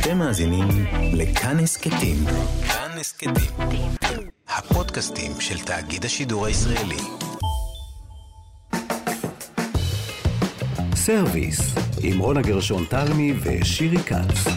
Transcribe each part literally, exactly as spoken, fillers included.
אתם מאזינים לכאן הסכתים. כאן הסכתים. הפודקאסטים של תאגיד השידור הישראלי. סרוויס, עם רונה גרשון תלמי ושירי כץ.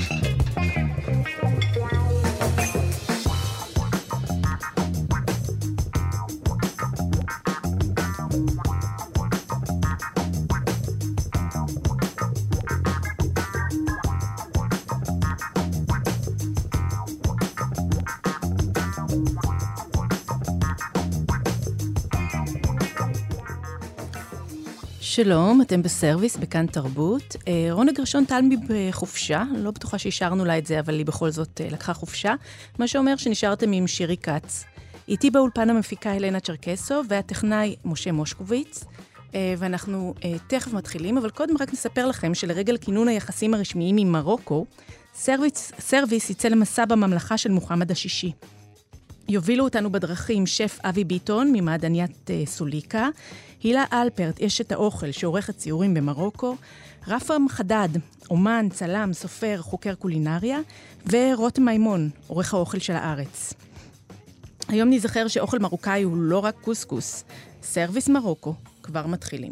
שלום, אתם בסרוויס, בכאן תרבות. רונה גרשון תלמי בחופשה, לא בטוחה שהשארנו לה את זה, אבל היא בכל זאת לקחה חופשה, מה שאומר שנשארתם עם שירי כץ. איתי באולפן המפיקה הלנה צ'רקסו, והטכנאי משה מושקוביץ, ואנחנו תכף מתחילים, אבל קודם רק נספר לכם שלרגל כינון היחסים הרשמיים עם מרוקו, סרוויס, סרוויס יצא למסע בממלכה של מוחמד השישי. יובילו אותנו בדרכים שף אבי ביטון ממעדניית סוליקה, הילה אלפרט, אשת האוכל שעורכת ציורים במרוקו, רפם חדד, אומן, צלם, סופר, חוקר קולינריה, ורותם מימון, עורך האוכל של הארץ. היום נזכר שאוכל מרוקאי הוא לא רק קוסקוס. סרוויס מרוקו, כבר מתחילים.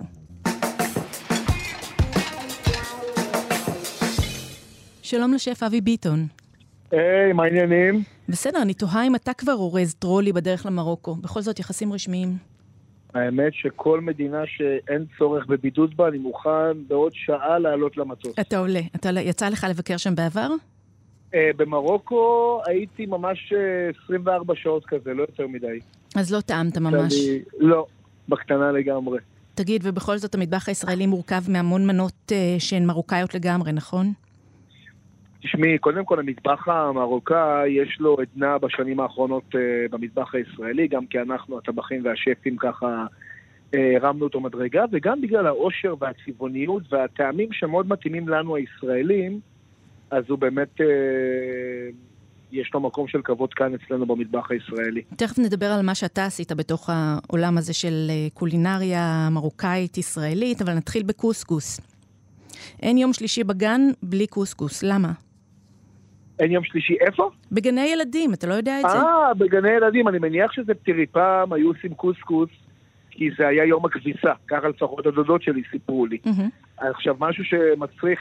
שלום לשף אבי ביטון. היי, מה העניינים? בסדר, אני תוהה אם אתה כבר אורז טרולי בדרך למרוקו. בכל זאת יחסים רשמיים. האמת שכל מדינה שאין צורך בבידוד בה, אני מוכן בעוד שעה לעלות למטוס. אתה עולה. אתה יצא לך לבקר שם בעבר? במרוקו הייתי ממש עשרים וארבע שעות כזה, לא יותר מדי. אז לא טעמת ממש? לא, בקטנה לגמרי. תגיד, ובכל זאת המטבח הישראלי מורכב מהמון מנות שהן מרוקאיות לגמרי, נכון? תשמעי, קודם כל המטבח המרוקאי יש לו עדנה בשנים האחרונות uh, במטבח הישראלי, גם כי אנחנו, הטבחים והשפים ככה uh, רמנו אותו מדרגה, וגם בגלל העושר והצבעוניות והטעמים שמאוד מתאימים לנו הישראלים, אז הוא באמת, uh, יש לו מקום של כבוד כאן אצלנו במטבח הישראלי. תכף נדבר על מה שאתה עשית בתוך העולם הזה של קולינריה מרוקאית ישראלית, אבל נתחיל בקוסקוס. אין יום שלישי בגן בלי קוסקוס, למה? אין יום שלישי איפה? בגני ילדים, אתה לא יודע את זה? אה, בגני ילדים, אני מניח שזה פתירי פעם, היו עושים קוסקוס, כי זה היה יום הכביסה, ככה לפחות הדודות שלי סיפרו לי. עכשיו, משהו שמצריך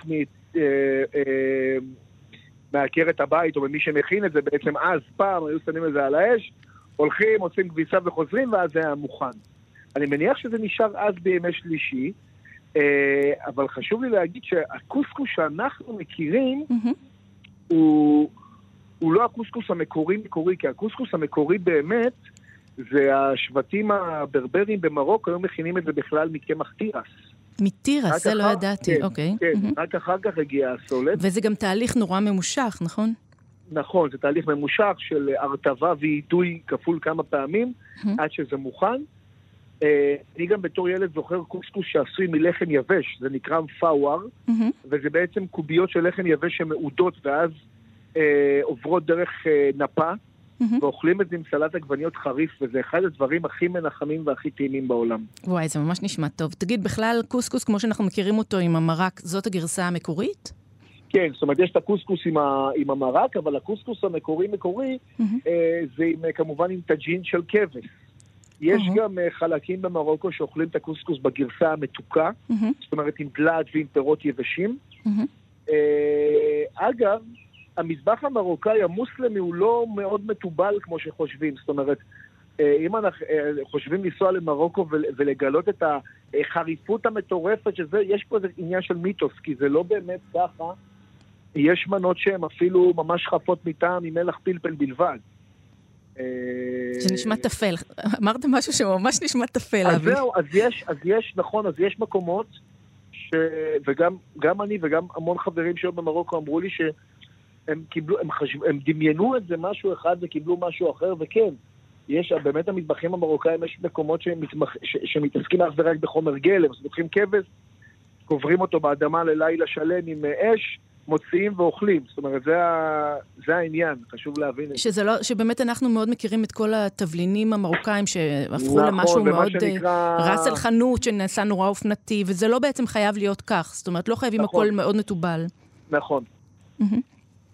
מעקרת הבית, או ממי שמכין את זה, בעצם אז פעם היו שמים את זה על האש, הולכים, עושים כביסה וחוזרים, ואז זה היה מוכן. אני מניח שזה נשאר אז בימי שלישי, אבל חשוב לי להגיד שהקוסקוס שאנחנו מכירים, הוא, הוא לא הקוסקוס המקורי מקורי, כי הקוסקוס המקורי באמת זה השבטים הברברים במרוקו, היום מכינים את זה בכלל מקמח תירס. מתירס, זה לא ידעתי, אוקיי. כן, רק אחר כך הגיע הסולת. וזה גם תהליך נורא ממושך, נכון? נכון, זה תהליך ממושך של הרטבה ועידוי כפול כמה פעמים, עד שזה מוכן. אני גם בתור ילד זוכר קוסקוס שעשוי מלחם יבש, זה נקרא מפאוור, וזה בעצם קוביות של לחם יבש שמעודות ואז עוברות דרך נפה, ואוכלים את זה עם סלט עגבניות חריף, וזה אחד הדברים הכי מנחמים והכי טעימים בעולם. וואי, זה ממש נשמע טוב. תגיד, בכלל קוסקוס כמו שאנחנו מכירים אותו עם המרק, זאת הגרסה המקורית? כן, זאת אומרת, יש את הקוסקוס עם המרק, אבל הקוסקוס המקורי-מקורי זה כמובן עם טאג'ין של כבש. יש uh-huh. גם uh, חלקים במרוקו שאוכלים את הקוסקוס בגרסה המתוקה, uh-huh. זאת אומרת עם דלעת ועם פירות יבשים. Uh-huh. Uh, אגב, המזבח המרוקאי המוסלמי הוא לא מאוד מטובל כמו שחושבים, זאת אומרת, uh, אם אנחנו uh, חושבים לנסוע למרוקו ול, ולגלות את החריפות המטורפת, שזה, יש פה איזה עניין של מיתוס, כי זה לא באמת ככה, יש מנות שהן אפילו ממש חפות מטעם עם מלח פלפל בלבד. זה נשמע תפל. אמרת משהו שממש נשמע תפל. אז זהו, אז יש, אז יש, נכון, אז יש מקומות, ש... וגם גם אני וגם המון חברים שהיו במרוקו אמרו לי שהם קיבלו, הם, חשב... הם דמיינו את זה משהו אחד וקיבלו משהו אחר, וכן, יש, באמת המטבחים המרוקאים, יש מקומות שמתמח... ש... שמתעסקים אך ורק בחומר גלם, אז לוקחים כבש, קוברים אותו באדמה ללילה שלם עם אש, מוציאים ואוכלים, זאת אומרת, זה, ה... זה העניין, חשוב להבין את שזה לא, שבאמת אנחנו מאוד מכירים את כל התבלינים המרוקאים שהפכו נכון, למשהו מאוד שנקרא... רס אל חנות שנעשה נורא אופנתי, וזה לא בעצם חייב להיות כך, זאת אומרת, לא חייבים נכון. הכל מאוד מטובל. נכון.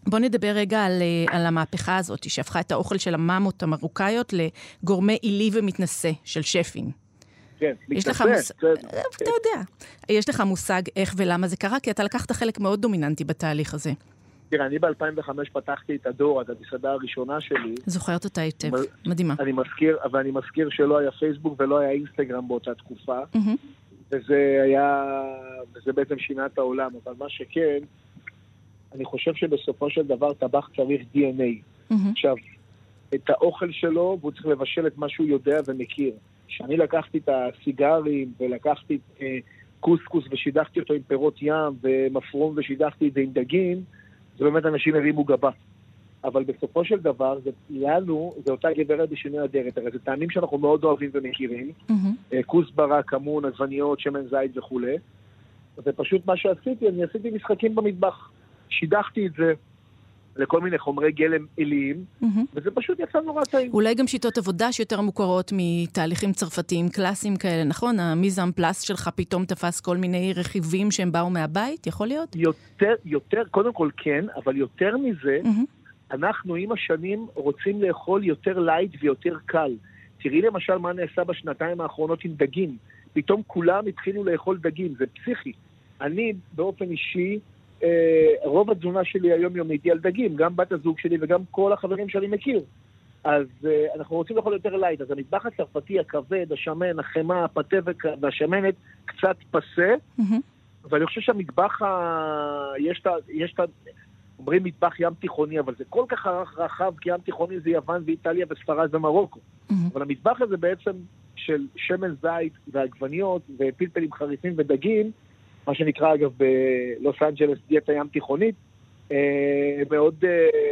בוא נדבר רגע על, על המהפכה הזאת, שהפכה את האוכל של הממות המרוקאיות לגורמי עילי ומתנשא של שפים. כן, יש לך מושג, אתה יודע, יש לך מושג איך ולמה זה קרה, כי אתה לקחת חלק מאוד דומיננטי בתהליך הזה. תראה, אני ב-אלפיים וחמש פתחתי את הדור, את המסעדה הראשונה שלי. זוכרת אותה היטב, מדהימה. אני מזכיר, אבל אני מזכיר שלא היה פייסבוק ולא היה אינסטגרם באותה תקופה, וזה היה, וזה בעצם שינה את העולם, אבל מה שכן, אני חושב שבסופו של דבר טבח צריך די אן איי. עכשיו, את האוכל שלו, והוא צריך לבשל את מה שהוא יודע ומכיר. כשאני לקחתי את הסיגרים, ולקחתי את אה, קוסקוס, ושידחתי אותו עם פירות ים, ומפרום, ושידחתי את זה עם דגים, זה באמת אנשים הרימו גבה. אבל בסופו של דבר, זה, לנו, זה אותה גברת בשינוי הדרת. הרי זה טעמים שאנחנו מאוד אוהבים ומכירים. Mm-hmm. אה, כוסברה, כמון, עגבניות, שמן זית וכו'. זה פשוט מה שעשיתי, אני עשיתי משחקים במטבח. שידחתי את זה לכל מיני חומרי גלם אליים, mm-hmm. וזה פשוט יצא נורא טעים. אולי גם שיטות עבודה שיותר מוכרות מתהליכים צרפתיים קלאסיים כאלה, נכון? המיזם פלאס שלך פתאום תפס כל מיני רכיבים שהם באו מהבית, יכול להיות? יותר, יותר, קודם כל כן, אבל יותר מזה, mm-hmm. אנחנו עם השנים רוצים לאכול יותר לייט ויותר קל. תראי למשל מה נעשה בשנתיים האחרונות עם דגים. פתאום כולם התחילו לאכול דגים, זה פסיכי. אני באופן אישי, רוב התזונה שלי היום יומית היא על דגים, גם בת הזוג שלי וגם כל החברים שאני מכיר. אז אנחנו רוצים לאכול יותר לייט. אז המטבח הצרפתי, הכבד, השמן, החמה, הפתה והשמנת קצת פסה, ואני חושב שהמטבח, יש את, אומרים מטבח ים תיכוני, אבל זה כל כך רחב, כי ים תיכוני זה יוון ואיטליה וספרד ומרוקו. אבל המטבח הזה בעצם של שמן זית ועגבניות ופלפלים חריפים ודגים, מה שנקרא אגב בלוס אנג'לס דיאטה ים תיכונית, מאוד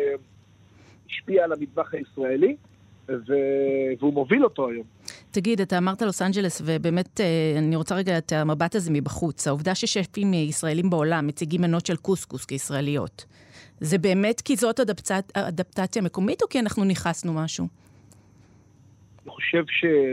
השפיע על המטבח הישראלי, והוא מוביל אותו היום. תגיד, אתה אמרת לוס אנג'לס, ובאמת אני רוצה רגע את המבט הזה מבחוץ. העובדה ששפים ישראלים בעולם מציגים מנות של קוסקוס כישראליות, זה באמת כי זאת אדפטציה מקומית, או כי אנחנו נכנסנו משהו? אני חושב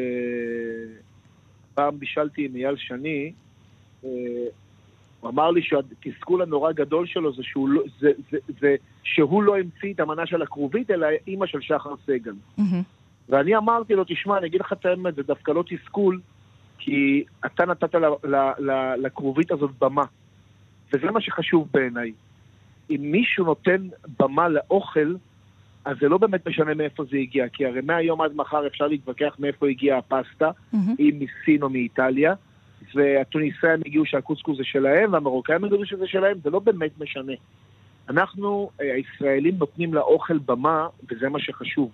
שפעם בישלתי עם אייל שני, הוא אמר לי שהתסכול הנורא גדול שלו זה שהוא לא, זה, זה, זה, שהוא לא המציא את המנה של הקרובית, אלא אמא של שחר סגל. Mm-hmm. ואני אמרתי לו, תשמע, אני אגיד לך את האמת, זה דווקא לא תסכול, כי אתה נתת ל, ל, ל, לקרובית הזאת במה. וזה מה שחשוב בעיניי. אם מישהו נותן במה לאוכל, אז זה לא באמת משנה מאיפה זה הגיע, כי הרי מהיום עד מחר אפשר להתווכח מאיפה הגיעה הפסטה, mm-hmm. אם מסין או מאיטליה, והטוניסאים הגיעו שהקוסקוס זה שלהם, והמרוקאים הגיעו שזה שלהם, זה לא באמת משנה. אנחנו, הישראלים, נותנים לאוכל במה, וזה מה שחשוב.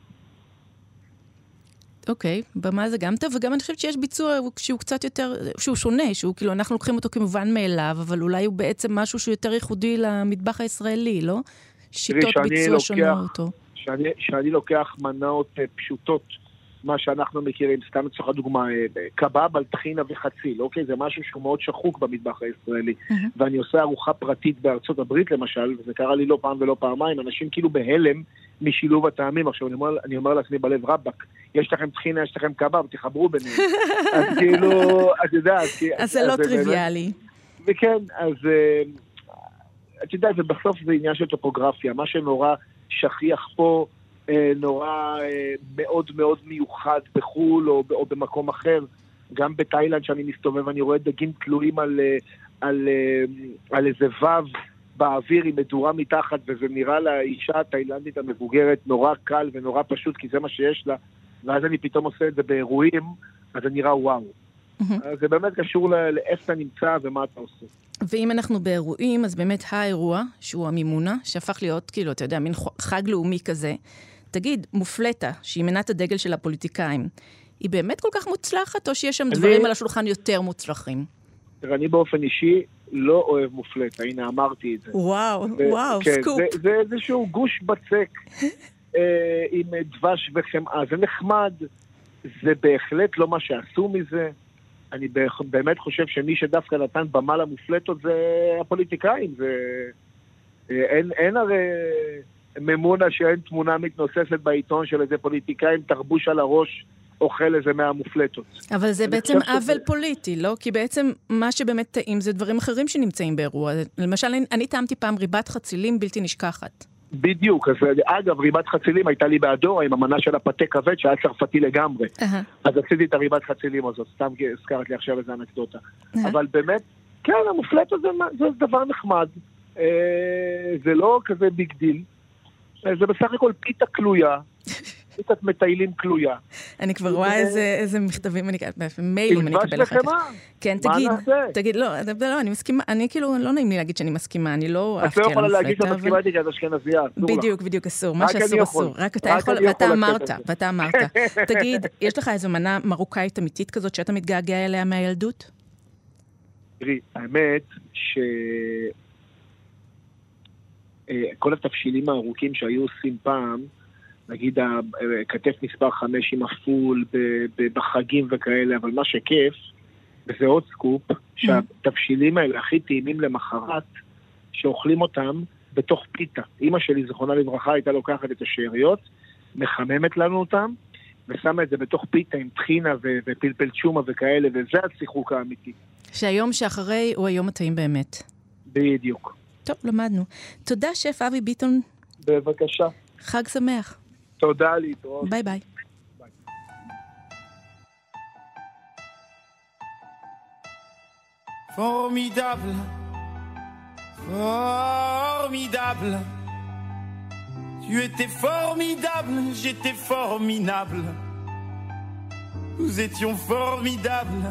אוקיי, במה זה גם טוב, וגם אני חושבת שיש ביצוע שהוא קצת יותר, שהוא שונה, שהוא כאילו, אנחנו לוקחים אותו כמובן מאליו, אבל אולי הוא בעצם משהו שהוא יותר ייחודי למטבח הישראלי, לא? שיטות ביצוע שונות. שאני, שאני לוקח מנות פשוטות, מה שאנחנו מכירים, סתם לצורך הדוגמה, קבב על טחינה וחציל, אוקיי? זה משהו שהוא מאוד שחוק במטבח הישראלי. Mm-hmm. ואני עושה ארוחה פרטית בארצות הברית למשל, וזה קרה לי לא פעם ולא פעמיים, אנשים כאילו בהלם משילוב הטעמים. עכשיו אני אומר, אני אומר לעצמי בלב רבק, יש לכם טחינה, יש לכם קבב, תחברו ביניהם. אז כאילו, את יודעת... אז זה לא טריוויאלי. וכן, אז את יודעת, ובסוף זה עניין של טופוגרפיה, מה שנורא שכיח פה, נורא מאוד מאוד מיוחד בחול או, או במקום אחר. גם בתאילנד שאני מסתובב, אני רואה דגים תלויים על, על, על איזה וו באוויר עם מדורה מתחת, וזה נראה לאישה התאילנדית המבוגרת נורא קל ונורא פשוט, כי זה מה שיש לה, ואז אני פתאום עושה את זה באירועים, אז זה נראה וואו. Mm-hmm. זה באמת קשור לאיפה אתה נמצא ומה אתה עושה. ואם אנחנו באירועים, אז באמת האירוע, שהוא המימונה, שהפך להיות, כאילו, אתה יודע, מין חג לאומי כזה, תגיד, מופלטה, שהיא מנת הדגל של הפוליטיקאים, היא באמת כל כך מוצלחת, או שיש שם אני... דברים על השולחן יותר מוצלחים? אני באופן אישי לא אוהב מופלטה, הנה אמרתי את זה. וואו, ו- וואו, כן, סקופ. זה, זה איזשהו גוש בצק אה, עם דבש וחמאה, זה נחמד, זה בהחלט לא מה שעשו מזה. אני באמת חושב שמי שדווקא נתן במה למופלטות זה הפוליטיקאים, זה... אין, אין הרי ממונה שאין תמונה מתנוססת בעיתון של איזה פוליטיקאים תרבוש על הראש אוכל איזה מהמופלטות. אבל זה בעצם עוול פוליטי, לא? כי בעצם מה שבאמת טעים זה דברים אחרים שנמצאים באירוע. למשל, אני טעמתי פעם ריבת חצילים בלתי נשכחת. בדיוק, אז אגב, ריבת חצילים הייתה לי באדורה עם המנה של הפתה כבד שהיה צרפתי לגמרי. אז עשיתי את הריבת חצילים הזאת, סתם הזכרת לי עכשיו איזה אנקדוטה. אבל באמת, כן, המופלט הזה זה דבר נחמד. זה לא כזה ביג דיל. זה בסך הכל פיתה כלויה. פיתת מטיילים כלויה. אני כבר רואה איזה מכתבים, מיילים אני אקבל אחר כך. כן, תגיד, תגיד, לא, אני מסכימה, אני כאילו, לא נעים לי להגיד שאני מסכימה, אני לא אהבתי על המופלט. את לא יכולה להגיד שאת מסכימה איתי, כי את אשכנזייה, אסור לך. בדיוק, בדיוק, אסור. מה שאסור, אסור. רק אתה יכול, ואתה אמרת, ואתה אמרת. תגיד, יש לך איזו מנה מרוקאית אמיתית כזאת, שאתה מתגעגע אליה מהילדות? תראי, האמת ש... כל התבשילים הארוכים שהיו עושים פעם, נגיד כתף מספר חמש עם הפול בחגים וכאלה, אבל מה שכיף, וזה עוד סקופ, שהתבשילים האלה הכי טעימים למחרת, שאוכלים אותם בתוך פיתה. אמא שלי, זכרונה לברכה, הייתה לוקחת את השאריות, מחממת לנו אותם, ושמה את זה בתוך פיתה עם טחינה ופלפל צ'ומה וכאלה, וזה השיחוק האמיתי. שהיום שאחרי הוא היום הטעים באמת. בדיוק. טוב, למדנו. תודה, שף אבי ביטון. בבקשה. חג שמח. תודה להתראות. ביי ביי. Formidable, formidable. Tu étais formidable, j'étais formidable. Nous étions formidables.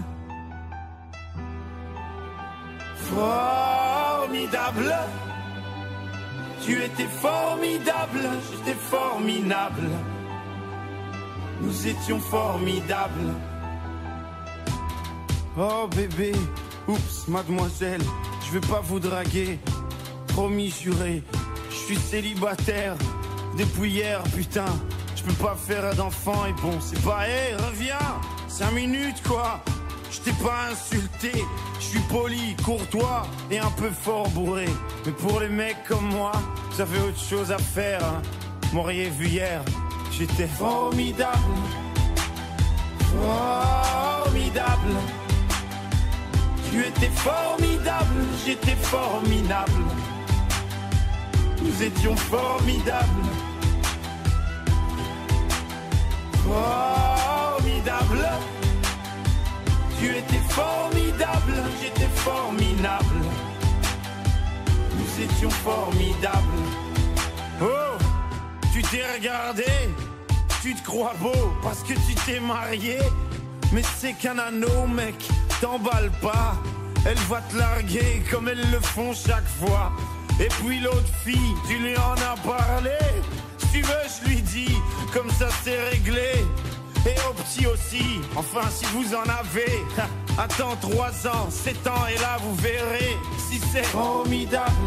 Formidable. Tu étais formidable, j'étais formidable. Nous étions formidables. Oh bébé, oups, mademoiselle, je vais pas vous draguer. Promis, juré, je suis célibataire depuis hier, putain. Je peux pas faire d'enfant et bon, c'est pas, hé, hey, reviens, cinq minutes quoi. Je t'ai pas insulté, je suis poli, courtois et un peu fort bourré. Mais pour les mecs comme moi, ça fait autre chose à faire. Hein. M'auriez vu hier, j'étais formidable, formidable. Tu étais formidable, j'étais formidable. Nous étions formidables, formidable. Tu étais formidable, j'étais formidable. Nous étions formidables. Oh, tu t'es regardé, tu te crois beau parce que tu t'es marié. Mais c'est qu'un anneau, mec, t'emballe pas. Elle va te larguer comme elles le font chaque fois. Et puis l'autre fille, tu lui en as parlé. Si tu veux, je lui dis, comme ça c'est réglé. Et au petit aussi, enfin si vous en avez. Attends trois ans, sept ans et là vous verrez si c'est formidable,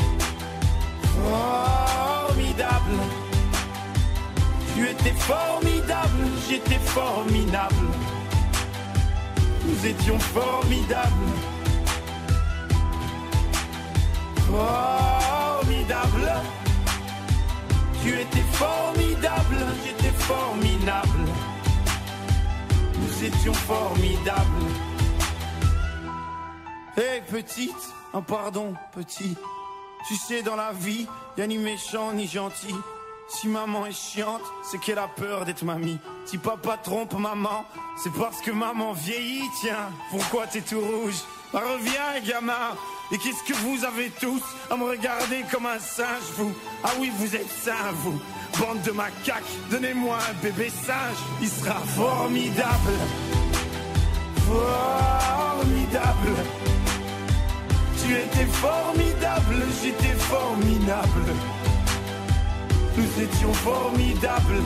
formidable. Tu étais formidable, j'étais formidable. Nous étions formidables, formidable. Tu étais formidable, j'étais formidable. Nous étions formidables. Hé hey, petite, un pardon petit. Tu sais dans la vie, y'a ni méchant ni gentil. Si maman est chiante, c'est qu'elle a peur d'être mamie. Si papa trompe maman, c'est parce que maman vieillit. Tiens, pourquoi t'es tout rouge? Bah, reviens gamin. Et qu'est-ce que vous avez tous à me regarder comme un singe, vous? Ah oui, vous êtes sains, vous. Bande de macaques, donnez-moi un bébé singe. Il sera formidable, formidable. Tu étais formidable, j'étais formidable. Nous étions formidables,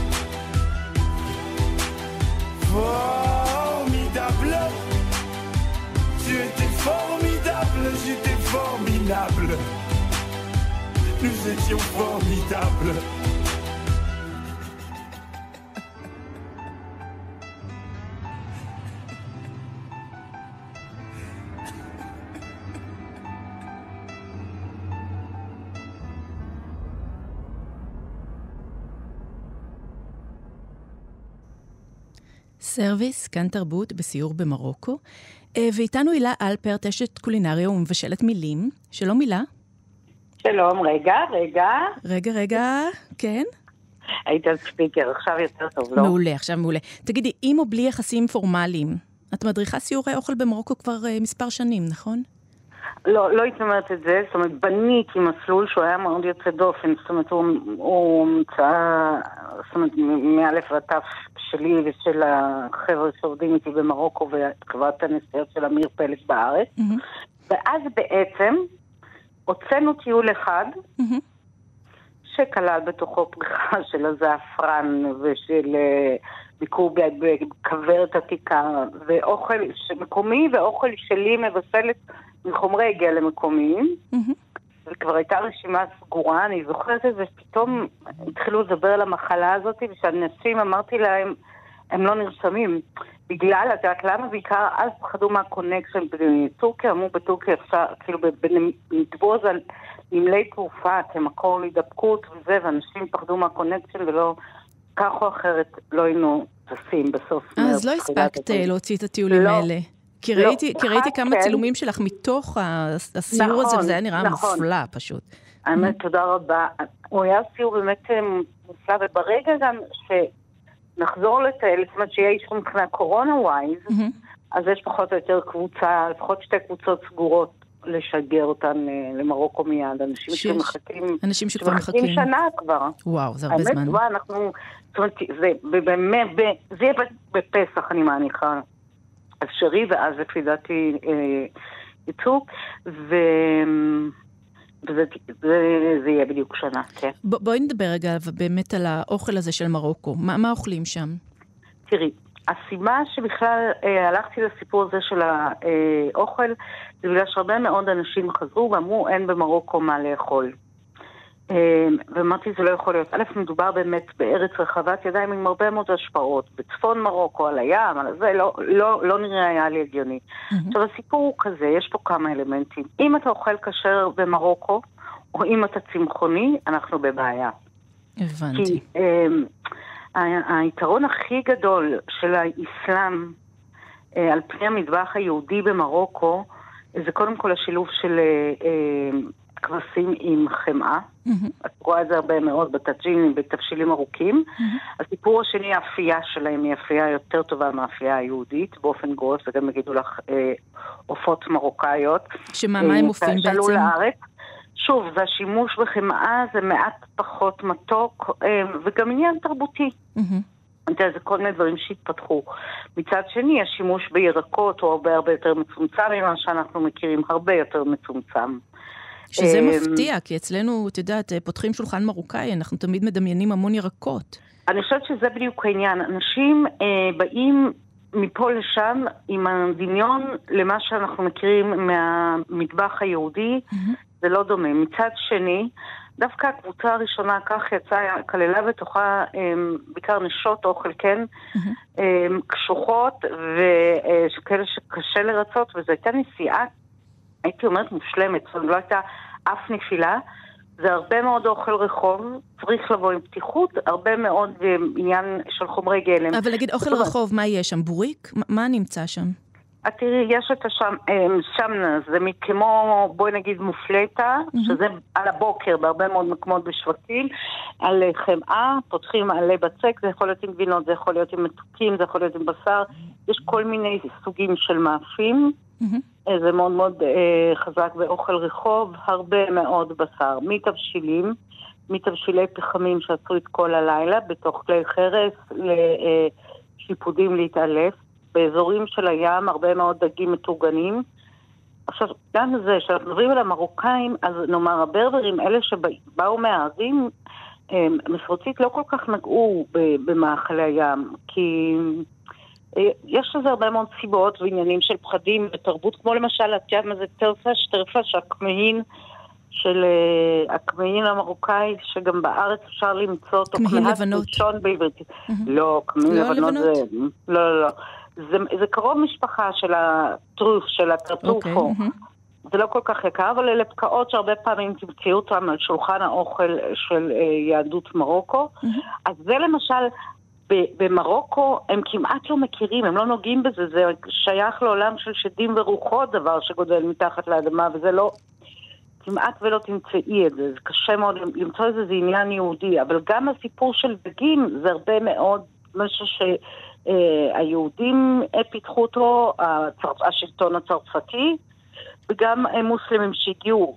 formidable. Tu étais formidable, j'étais formidable. Nous étions formidables. סרוויס, כאן תרבות, בסיור במרוקו. ואיתנו הילה אלפרט, אשת קולינריה ומבשלת מילים. שלום הילה. שלום, רגע, רגע. רגע, רגע, כן? היית על ספיקר, עכשיו יותר טוב, לא? מעולה, עכשיו מעולה. תגידי, עם או בלי יחסים פורמליים, את מדריכה סיורי אוכל במרוקו כבר uh, מספר שנים, נכון? לא, לא הייתי אומרת את זה, זאת אומרת, בניתי מסלול שהוא היה מאוד יוצא דופן, זאת אומרת, הוא, הוא מצא, זאת אומרת, מאלף ועטף שלי ושל החבר'ה שעובדים איתי במרוקו וחברת הנסיעות של אמיר פלס בארץ, mm-hmm. ואז בעצם הוצאנו טיול אחד, mm-hmm. שכלל בתוכו פריחה של הזעפרן ושל ביקור בכוורת עתיקה, ואוכל מקומי ואוכל שלי מבשלת מחומרי הגיע למקומיים, וכבר הייתה רשימה סגורה, אני זוכרת את זה, פתאום התחילו לדבר על המחלה הזאת, ושאנשים אמרתי להם, הם לא נרשמים, בגלל, את יודעת למה, בעיקר אז פחדו מהקונקשן בטורקיה, אמרו בטורקיה אפשר, כאילו נתבוז על נמלי תעופה כמקור להידבקות וזה, ואנשים פחדו מהקונקשן ולא, כך או אחרת לא היינו טסים בסוף. אז לא הספקת להוציא את הטיולים האלה. כי ראיתי, כי ראיתי כמה צילומים שלך מתוך הסיור הזה, וזה היה נראה מופלא פשוט. האמת, תודה רבה. הוא היה סיור באמת מופלא, וברגע גם שנחזור לטייל, זאת אומרת שיהיה אישור מבחינה קורונה ווייז, אז יש פחות או יותר קבוצה, לפחות שתי קבוצות סגורות לשגר אותן למרוקו מיד. אנשים שמחכים, אנשים שכבר מחכים שנה כבר. וואו, זה הרבה זמן. האמת, וואו, אנחנו, זאת אומרת, זה באמת, זה יהיה בפסח, אני מעניחה. אפשרי, ואז לפי דעתי ייצאו, וזה יהיה בדיוק שנה, כן. בואי נדבר רגע באמת על האוכל הזה של מרוקו. מה אוכלים שם? תראי, הסיבה שבכלל הלכתי לסיפור הזה של האוכל, זה בגלל שהרבה מאוד אנשים חזרו ואמרו, אין במרוקו מה לאכול. ואמרתי, זה לא יכול להיות. א', מדובר באמת בארץ רחבת ידיים עם הרבה מאוד השפעות. בצפון מרוקו, על הים, על זה, לא, לא, לא נראה היה לי הגיוני. עכשיו, הסיפור הוא כזה, יש פה כמה אלמנטים. אם אתה אוכל כשר במרוקו, או אם אתה צמחוני, אנחנו בבעיה. הבנתי. כי היתרון הכי גדול של האסלאם על פני המטבח היהודי במרוקו, זה קודם כל השילוב של כבשים עם חמאה. את רואה את זה הרבה מאוד בטאג'ינים, בתבשילים ארוכים. הסיפור השני, האפייה שלהם היא אפייה יותר טובה מהאפייה היהודית, באופן גורף, וגם יגידו לך עופות מרוקאיות. שמה, מה הם מופיעים בעצם? שעלו לארץ. שוב, זה השימוש בחמאה, זה מעט פחות מתוק, וגם עניין תרבותי. זה כל מיני דברים שהתפתחו. מצד שני, השימוש בירקות הוא הרבה הרבה יותר מצומצם ממה שאנחנו מכירים, הרבה יותר מצומצם. שזה מפתיע, כי אצלנו, את יודעת, פותחים שולחן מרוקאי, אנחנו תמיד מדמיינים המון ירקות. אני חושבת שזה בדיוק העניין. אנשים באים מפה לשם עם הדמיון למה שאנחנו מכירים מהמטבח היהודי, זה לא דומה. מצד שני, דווקא הקבוצה הראשונה כך יצאה, כללה בתוכה בעיקר נשות אוכל, כן, קשוחות וכאלה שקשה לרצות, וזו הייתה נסיעה, הייתי אומרת מושלמת, זאת אומרת, לא הייתה אף נפילה, זה הרבה מאוד אוכל רחוב, צריך לבוא עם פתיחות, הרבה מאוד עניין של חומרי גלם. אבל להגיד, אוכל רחוב, מה יהיה שם? בוריק? מה נמצא שם? תראי, יש את השם, שמנה, זה כמו, בואי נגיד, מופלטה, שזה על הבוקר, בהרבה מאוד מקומות בשווקים, על חמאה, פותחים עלי בצק, זה יכול להיות עם גבינות, זה יכול להיות עם מתוקים, זה יכול להיות עם בשר, יש כל מיני סוגים של מאפים, זה מאוד מאוד חזק באוכל רחוב, הרבה מאוד בשר, מתבשילים, מתבשילי פחמים שעשו את כל הלילה, בתוך כלי חרס, לשיפודים להתעלף, באזורים של הים, הרבה מאוד דגים מתורגנים. עכשיו, גם זה, שאנחנו מדברים על המרוקאים, אז נאמר, הברברים, אלה שבאו מהערים, מסורתית לא כל כך נגעו במאכלי הים, כי יש לזה הרבה מאוד סיבות ועניינים של פחדים ותרבות, כמו למשל, את יודעת מה זה טרפש, טרפש, הכמהין של הכמהין המרוקאי, שגם בארץ אפשר למצוא אותו. כמהין לבנות. לא, כמהין לבנות זה... לא, לא, לא. זה, זה קרוב משפחה של הטרוף, של הטרטופו. Okay, mm-hmm. זה לא כל כך יקר, אבל אלה פקעות שהרבה פעמים תמצאו אותם על שולחן האוכל של אה, יהדות מרוקו. Mm-hmm. אז זה למשל, ב- במרוקו הם כמעט לא מכירים, הם לא נוגעים בזה, זה שייך לעולם של שדים ורוחות, דבר שגודל מתחת לאדמה, וזה לא... כמעט ולא תמצאי את זה, זה קשה מאוד למצוא את זה, זה עניין יהודי, אבל גם הסיפור של דגים זה הרבה מאוד משהו שהיהודים פיתחו אותו, השלטון הצרפתי, וגם מוסלמים שהגיעו,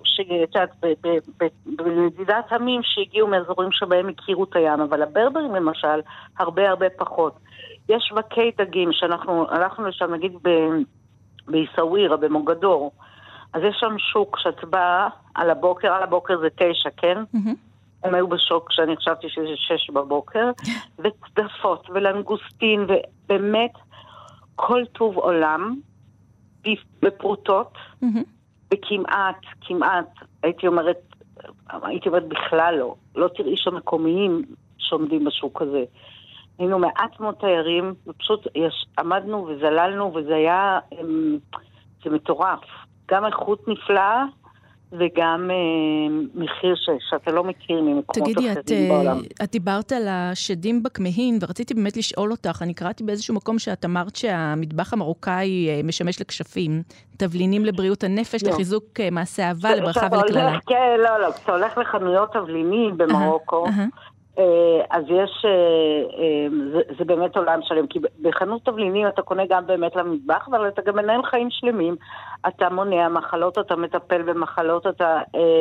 במדידת עמים שהגיעו מאזורים שבהם הכירו את הים, אבל הברברים למשל, הרבה הרבה פחות. יש וקי דגים שאנחנו הלכנו לשם, נגיד ביסאווירה, במוגדור, אז יש שם שוק שאת באה על הבוקר, על הבוקר זה תשע, כן? Mm-hmm. הם היו בשוק כשאני חשבתי שזה שש בבוקר, וצדפות ולנגוסטין, ובאמת כל טוב עולם, בפרוטות, mm-hmm. וכמעט, כמעט, הייתי אומרת, הייתי אומרת בכלל לא, לא תראי שמקומיים שעומדים בשוק הזה. היינו מעט מאוד תיירים, ופשוט יש, עמדנו וזללנו, וזה היה, זה מטורף. גם איכות נפלאה, וגם אה, מחיר ש, שאתה לא מכיר ממקומות תגידי, אחרים את, בעולם. את דיברת על השדים בכמהין, ורציתי באמת לשאול אותך, אני קראתי באיזשהו מקום שאת אמרת שהמטבח המרוקאי משמש לכשפים, תבלינים לבריאות הנפש, לא. לחיזוק מעשה אהבה, לברכה ולכללה. כן, לא, לא, כשאתה הולך לחנויות תבלינים במרוקו, uh-huh, uh-huh. אז יש, זה, זה באמת עולם שלם, כי בחנות תבלינים אתה קונה גם באמת למטבח, אבל אתה גם מנהל חיים שלמים, אתה מונע מחלות, אתה מטפל במחלות, אתה,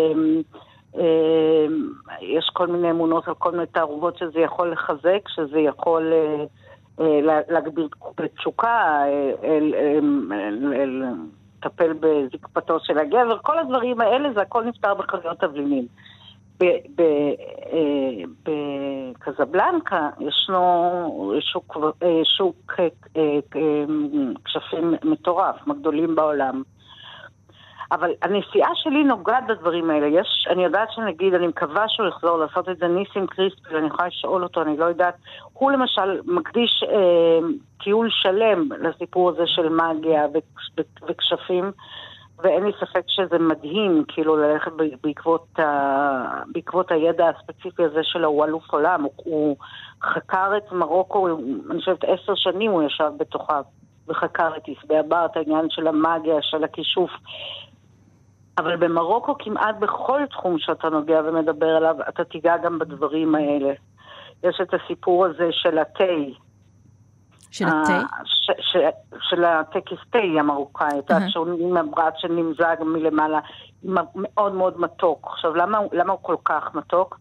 יש כל מיני אמונות על כל מיני תערובות שזה יכול לחזק, שזה יכול להגביר בתשוקה, לטפל בזקפתו של הגבר, כל הדברים האלה זה הכל נפתר בחנויות תבלינים. בקזבלנקה ישנו שוק, שוק כשפים מטורף, מגדולים בעולם. אבל הנסיעה שלי נוגעת בדברים האלה. יש, אני יודעת שנגיד, אני מקווה שהוא יחזור לעשות את זה, ניסים קריספי, אני יכולה לשאול אותו, אני לא יודעת. הוא למשל מקדיש אה, טיול שלם לסיפור הזה של מגיה וכשפים, ואין לי ספק שזה מדהים, כאילו ללכת בעקבות, ה... בעקבות הידע הספציפי הזה שלו, הוא אלוף עולם, הוא, הוא חקר את מרוקו, אני חושבת עשר שנים הוא ישב בתוכה, וחקר את הסבעבר, את העניין של המאגיה, של הכישוף. אבל במרוקו כמעט בכל תחום שאתה נוגע ומדבר עליו, אתה תיגע גם בדברים האלה. יש את הסיפור הזה של התי, של התה? של הטקס תה המרוקאי, עם הברד שנמזג מלמעלה, מאוד מאוד מתוק. עכשיו, למה הוא כל כך מתוק?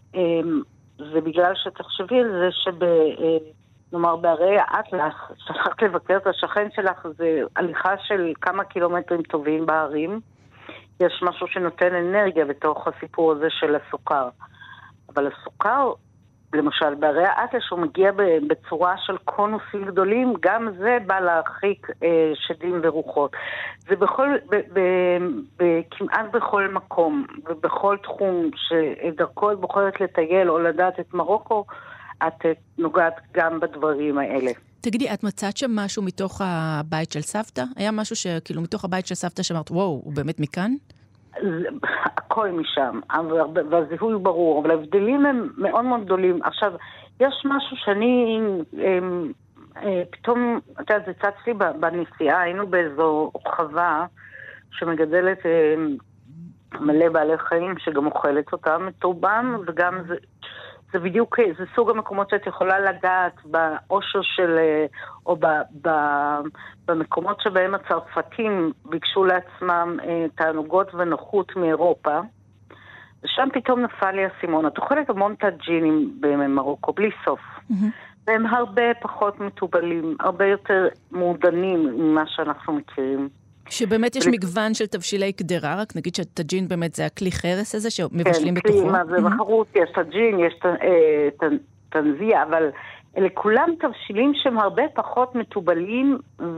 זה בגלל שתחשבי על זה שנאמר, בערי האטלס, שכחת לבקר את השכן שלך, זה הליכה של כמה קילומטרים טובים בערים. יש משהו שנותן אנרגיה בתוך הסיפור הזה של הסוכר. אבל הסוכר, למשל, בערי האטלס הוא מגיע בצורה של קונוסים גדולים, גם זה בא להרחיק אה, שדים ורוחות. זה בכל, ב, ב, ב, כמעט בכל מקום, ובכל תחום שדרכו את בוחרת לטייל או לדעת את מרוקו, את נוגעת גם בדברים האלה. תגידי, את מצאת שם משהו מתוך הבית של סבתא? היה משהו שכאילו מתוך הבית של סבתא שאמרת, וואו, הוא באמת מכאן? הכל משם, והזיהוי ברור, אבל ההבדלים הם מאוד מאוד גדולים. עכשיו, יש משהו שאני פתאום, אתה יודע, זה צץ לי בנסיעה, היינו באיזו חווה שמגדלת מלא בעלי חיים שגם אוכלת אותם, מטובם, וגם זה... זה בדיוק, זה סוג המקומות שאת יכולה לגעת באושר של, או ב, ב, במקומות שבהם הצרפתים ביקשו לעצמם תענוגות ונוחות מאירופה, ושם פתאום נפל לי הסימון. את אוכלת המון טאג'ינים במרוקו, בלי סוף. Mm-hmm. והם הרבה פחות מטובלים, הרבה יותר מעודנים ממה שאנחנו מכירים. שבאמת יש מגוון של תבשילי קדרה, רק נגיד שהטאג'ין באמת זה הכלי חרס הזה שמבשלים בתוכו. כן, כלי, מה זה בחרות, יש טאג'ין, יש טנזיה, אבל אלה כולם תבשילים שהם הרבה פחות מטובלים,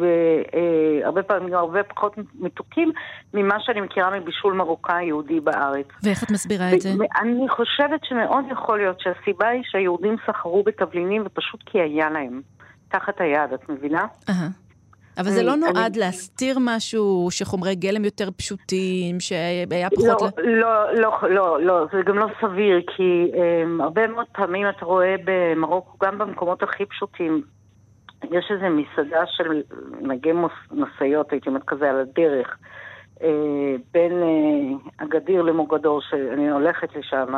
והרבה פעמים הרבה פחות מתוקים, ממה שאני מכירה מבישול מרוקאי יהודי בארץ. ואיך את מסבירה את זה? אני חושבת שמאוד יכול להיות שהסיבה היא שהיהודים סחרו בתבלינים, ופשוט כי היה להם, תחת היד, את מבינה? אהה. אבל זה לא נועד להסתיר משהו שחומרי גלם יותר פשוטים, שהיה פחות... לא, לא, לא, לא, זה גם לא סביר, כי הרבה מאוד פעמים אתה רואה במרוקו, גם במקומות הכי פשוטים, יש איזו מסעדה של נגי משאיות, הייתי אומרת כזה, על הדרך, בין אגדיר למוגדור, שאני הולכת לשם,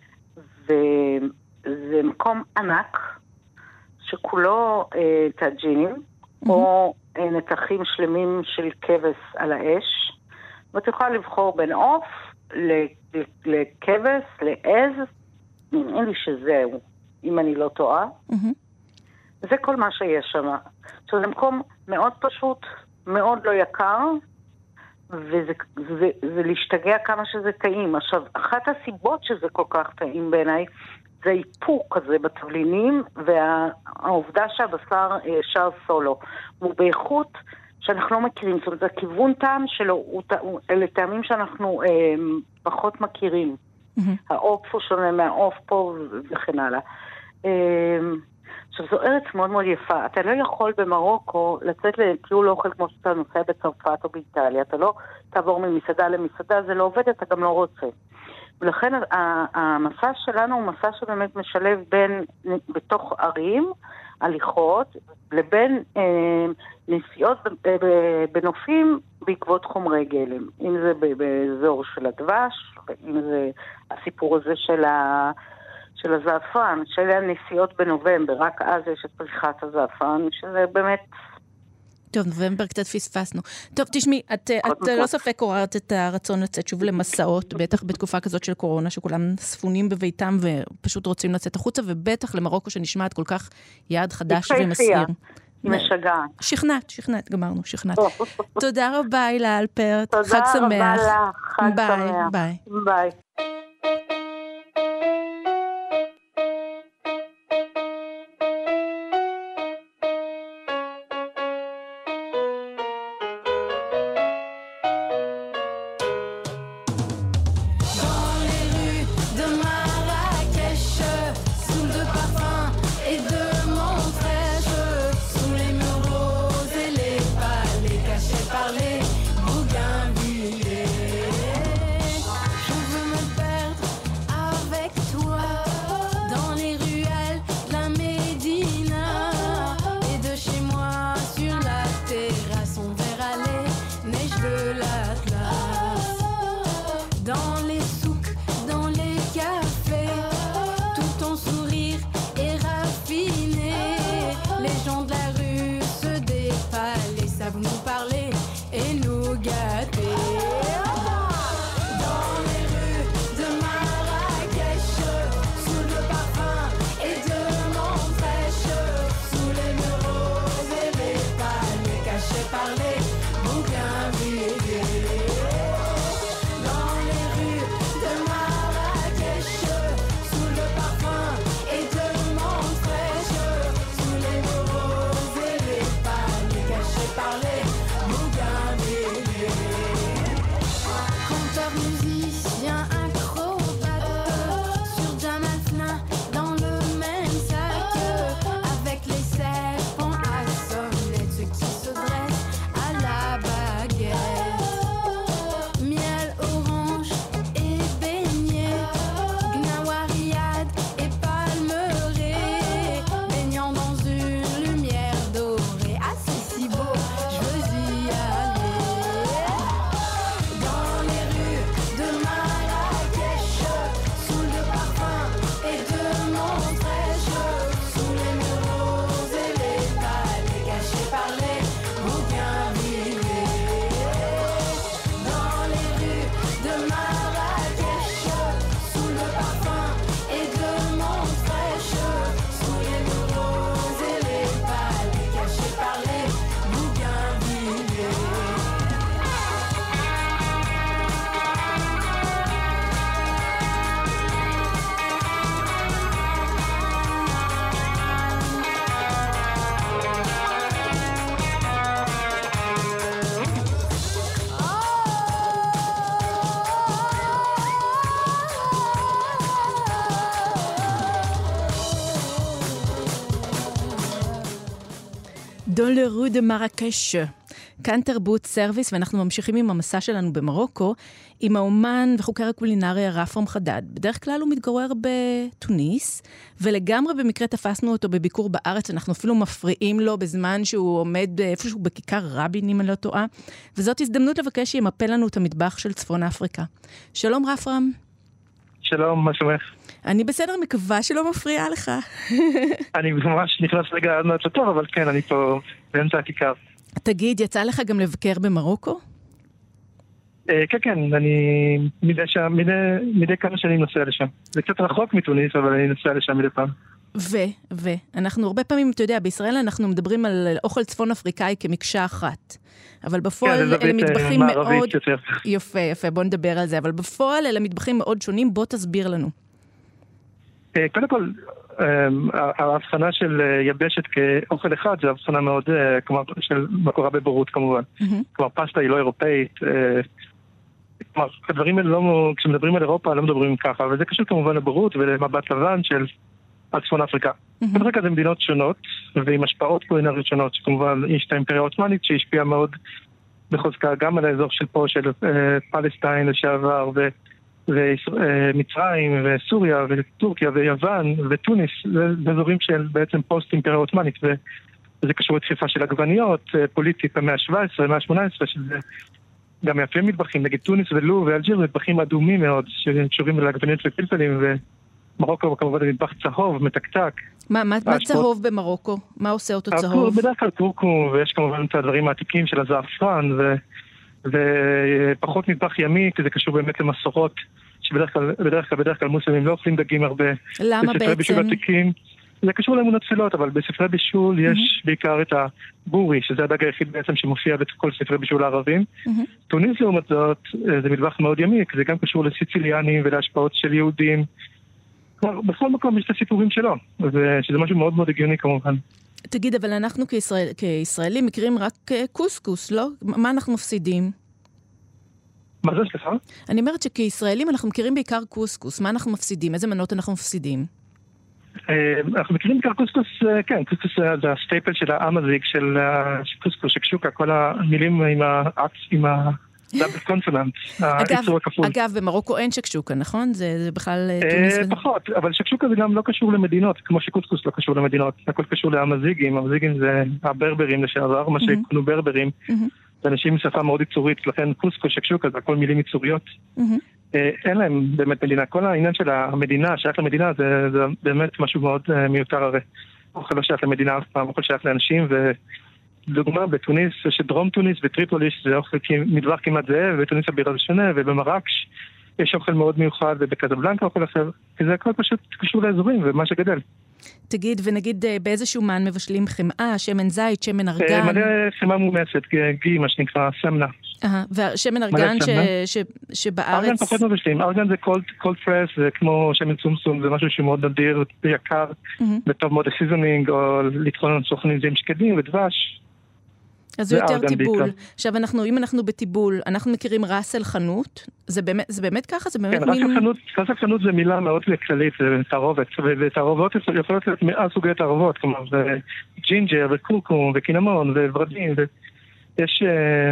וזה מקום ענק, שכולו טאג'ינים, או נתחים שלמים של כבש על האש, ואת יכולה לבחור בין עוף לכבש, לעז, נראה לי שזהו, אם אני לא טועה. זה כל מה שיש שם. זה מקום מאוד פשוט, מאוד לא יקר, וזה זה, זה להשתגע כמה שזה טעים. עכשיו, אחת הסיבות שזה כל כך טעים בעיניי, זה איפוק כזה בתבלינים, והעובדה שהבשר שר סולו. הוא באיכות שאנחנו לא מכירים, זאת אומרת, הכיוון טעם שלו, אלה טעמים שאנחנו אה, פחות מכירים. Mm-hmm. העוף הוא שונה מהעוף פה וכן הלאה. אה, עכשיו, זו ארץ מאוד מאוד יפה. אתה לא יכול במרוקו לצאת לטיול אוכל כמו שאתה נוסע בצרפת או באיטליה. אתה לא תעבור ממסעדה למסעדה, זה לא עובד, אתה גם לא רוצה. ולכן המסע שלנו הוא מסע שבאמת משלב בין, בתוך ערים, הליכות, לבין אה, נסיעות בנופים בעקבות חומרי גלם. אם זה באזור של הדבש, אם זה הסיפור הזה של ה... של הזעפרן, של הנסיעות בנובמבר, רק אז יש את פריחת הזעפרן, שזה באמת... טוב, נובמבר קצת פספסנו. טוב, תשמעי, את, את לא ספק עוררת את הרצון לצאת שוב למסעות, בטח בתקופה כזאת של קורונה, שכולם ספונים בביתם ופשוט רוצים לצאת החוצה, ובטח למרוקו שנשמעת כל כך יעד חדש ומסעיר. היא משגעת. שכנעת, שכנעת, גמרנו, שכנעת. תודה רבה, הילה אלפרט. חג שמח. תודה רבה לך, חג שמח. ביי, ביי. Dans le rue de Marrakech. כאן תרבות סרוויס, ואנחנו ממשיכים עם המסע שלנו במרוקו, עם האומן וחוקר הקולינריה רפרם חדד. בדרך כלל הוא מתגורר בתוניס, ולגמרי במקרה תפסנו אותו בביקור בארץ, אנחנו אפילו מפריעים לו בזמן שהוא עומד איפשהו בכיכר רבין, אם אני לא טועה, וזאת הזדמנות לבקש שימפה לנו את המטבח של צפון אפריקה. שלום רפרם. שלום, מה שמח? אני בסדר, מקווה שלא מפריעה לך. אני ממש נכנס רגע עד מעט לטוב, אבל כן, אני פה באמצע הכיכר. תגיד, יצא לך גם לבקר במרוקו? כן, כן, אני מדי, שם, מדי, מדי כמה שנים נוסע לשם. זה קצת רחוק מתוניס, אבל אני נוסע לשם מדי פעם. ו, ו, אנחנו הרבה פעמים, אתה יודע, בישראל אנחנו מדברים על אוכל צפון אפריקאי כמקשה אחת. אבל בפועל אלה מטבחים מאוד... יפה, יפה, בוא נדבר על זה. אבל בפועל אלה מטבחים מאוד שונים, בוא תסביר לנו. קודם כל, ההבחנה של יבשת כאוכל אחד, זה הבחנה מאוד, כלומר, של מקורה בבורות כמובן. כלומר, פסטה היא לא אירופאית. כלומר, הדברים האלה לא... כשמדברים על אירופה, לא מדברים ככה, אבל זה קשור כמובן לבורות ולמבט לבן של צפון אפריקה. צפון אפריקה זה מדינות שונות, ועם השפעות קולינריות שונות, שכמובן יש את האימפריה העות'מאנית, שהשפיעה מאוד בחוזקה גם על האזור של פה, של פלסטיין לשעבר, ומצרים, וסוריה, וטורקיה, ויוון, וטוניס, זה אזורים של בעצם פוסט-אימפריה העות'מאנית, וזה קשור לדחיפה של עגבניות, פוליטית במאה ה-שבע עשרה, במאה ה-שמונה עשרה, שזה גם יפים מטבחים, נגיד טוניס ולוב ואלג'יר, מטבחים אדומים מאוד, שקשורים לעגבניות ופלפלים, ו... מרוקו כמובן זה מטבח צהוב, מתקתק. מה, מה, מה צהוב במרוקו? מה עושה אותו צהוב? בדרך כלל קורקום, ויש כמובן את הדברים העתיקים של הזעפרן, ו, ופחות מטבח ימי, כי זה קשור באמת למסורות, שבדרך כלל, בדרך כלל, בדרך כלל מוסלמים לא אוכלים דגים הרבה. למה בעצם? עתיקים. זה קשור לאמונות תפילות, אבל בספרי בישול יש mm-hmm. בעיקר את הבורי, שזה הדג היחיד בעצם שמופיע בכל ספרי בישול הערבים. Mm-hmm. טוניס לעומת זאת, זה מטבח מאוד ימי, כי זה גם קשור לסיציליאנים ולהשפעות של יהודים. בכל מקום יש את הסיפורים שלו, שזה משהו מאוד מאוד הגיוני כמובן. תגיד, אבל אנחנו כישראל, כישראלים מכירים רק קוסקוס, לא? מה אנחנו מפסידים? מה זה, סליחה? אני אומרת שכישראלים אנחנו מכירים בעיקר קוסקוס, מה אנחנו מפסידים? איזה מנות אנחנו מפסידים? אנחנו מכירים בעיקר קוסקוס, כן, קוסקוס זה הסטייפל של האמזיג של קוסקוס, שקשוקה, כל המילים עם ה... דאבל קונסוננט, היצור הכפול. אגב, במרוקו אין שקשוקה, נכון? זה בכלל תוניס... פחות, אבל שקשוקה זה גם לא קשור למדינות, כמו שקוסקוס לא קשור למדינות, הכל קשור לאמזיגים, אמזיגים זה הברברים לשעבר, מה שיקנו ברברים, זה אנשים משפה מאוד יצורית, לכן קוסקוס, שקשוקה, זה הכל מילים יצוריות. אין להם באמת מדינה, כל העניין של המדינה, שייך למדינה, זה באמת משהו מאוד מיותר הרי. אוכל לא שייך למדינה אף פעם, אוכל שייך לאנשים ו... דוגמה, בתוניס, שדרום תוניס וטריפוליס זה אוכל מטבח כמעט זהה, ובתוניס הבירה זה שונה, ובמרקש יש אוכל מאוד מיוחד, ובקזבלנקה אוכל אחר, כי זה הכל פשוט קשור לאזורים, ומה שגדל. תגיד, ונגיד באיזשהו מן מבשלים חמאה, שמן זית, שמן ארגן? מלא חמאה מומסת, גי, מה שנקרא, סמנה. והשמן ארגן שבארץ... ארגן פחות מבשלים, ארגן זה קולד פרס, זה כמו שמן צומסום, זה משהו שמאוד נדיר, יקר, וטוב מאוד הסיזונינג, או לטחון על סוכנים זים שקדים ודבש. אז זה יותר טיבול. עכשיו, אנחנו, אם אנחנו בטיבול, אנחנו מכירים רסל חנות, זה באמת, זה באמת ככה? זה באמת כן, מין... רסל חנות, רסל חנות זה מילה מאוד כללית, זה תערובת, ותערובות יכולות להיות מעל סוגי תערובות, כלומר, זה ג'ינג'ר וקורקום וקינמון וורדים, ויש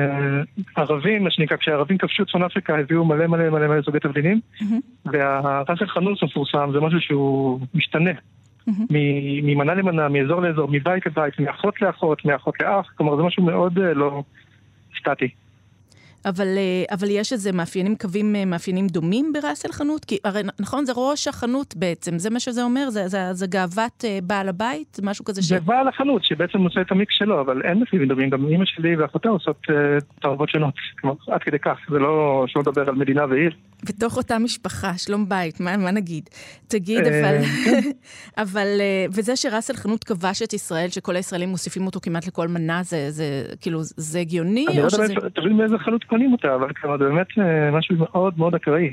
ערבים, מה שנקרא, כשהערבים כבשו צפון אפריקה, הביאו מלא מלא מלא מלא סוגי תבלינים, והרסל חנות המפורסם זה משהו שהוא משתנה. ממנה למנה, מאזור לאזור, מבית לבית, מאחות לאחות, מאחות לאח, כלומר זה משהו מאוד לא סטטי. אבל, אבל יש איזה מאפיינים, קווים מאפיינים דומים ברסל חנות? כי הרי נכון, זה ראש החנות בעצם, זה מה שזה אומר, זה, זה, זה גאוות בעל הבית, משהו כזה ש... זה בעל החנות שבעצם עושה את המיקס שלו, אבל אין מאפיינים דומים, גם אמא שלי ואחותה עושות uh, תערובות שונות, כלומר עד כדי כך, זה לא שלא מדבר על מדינה ועיר. בתוך אותה משפחה, שלום בית, מה, מה נגיד? תגיד, אבל... אבל וזה שרסל חנות כבש את ישראל, שכל הישראלים מוסיפים אותו כמעט לכל מנה, זה, זה כאילו, זה הגיוני? אני לא יודע, תבין מאיזה חנות קונים אותה, אבל זה באמת משהו מאוד מאוד אקראי.